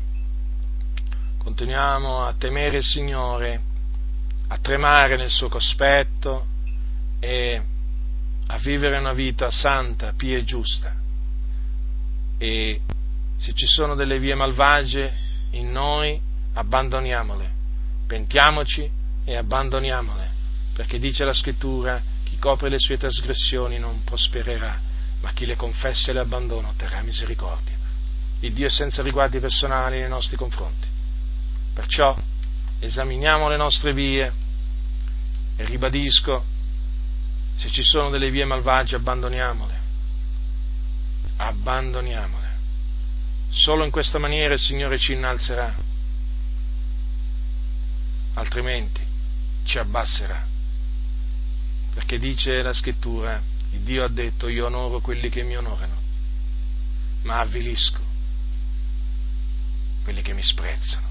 a temere il Signore, a tremare nel suo cospetto e a vivere una vita santa, pia e giusta. E se ci sono delle vie malvagie in noi, abbandoniamole, pentiamoci e abbandoniamole, perché dice la Scrittura: chi copre le sue trasgressioni non prospererà, ma chi le confessa e le abbandona otterrà misericordia. Il Dio è senza riguardi personali nei nostri confronti. Perciò esaminiamo le nostre vie e ribadisco, se ci sono delle vie malvagie, abbandoniamole. Solo in questa maniera il Signore ci innalzerà, altrimenti ci abbasserà. Perché dice la Scrittura, il Dio ha detto: io onoro quelli che mi onorano, ma avvilisco quelli che mi sprezzano.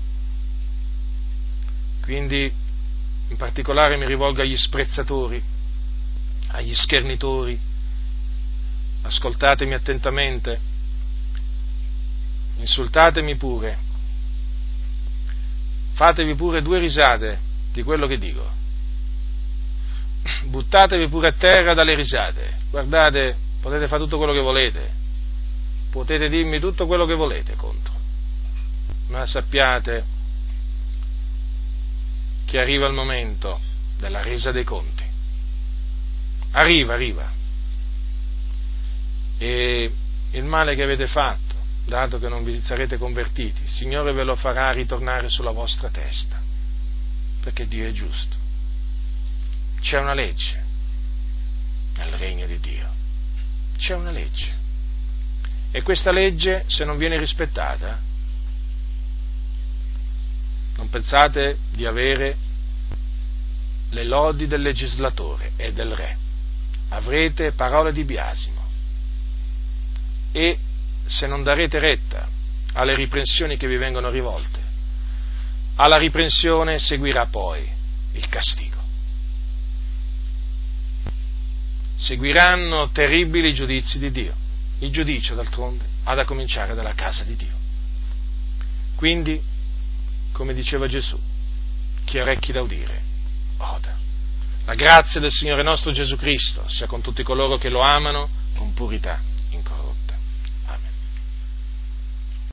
Quindi, in particolare mi rivolgo agli sprezzatori, agli schernitori. Ascoltatemi attentamente, insultatemi pure, fatevi pure 2 risate di quello che dico, buttatevi pure a terra dalle risate. Guardate, potete fare tutto quello che volete, potete dirmi tutto quello che volete contro, ma sappiate che arriva il momento della resa dei conti. Arriva. E il male che avete fatto, dato che non vi sarete convertiti, il Signore ve lo farà ritornare sulla vostra testa, perché Dio è giusto. C'è una legge nel regno di Dio, c'è una legge, e questa legge, se non viene rispettata, non pensate di avere le lodi del legislatore e del re, avrete parole di biasimo. E se non darete retta alle riprensioni che vi vengono rivolte, alla riprensione seguirà poi il castigo. Seguiranno terribili giudizi di Dio. Il giudizio, d'altronde, ha da cominciare dalla casa di Dio. Quindi, come diceva Gesù, chi ha orecchi da udire, oda. La grazia del Signore nostro Gesù Cristo sia con tutti coloro che lo amano con purità.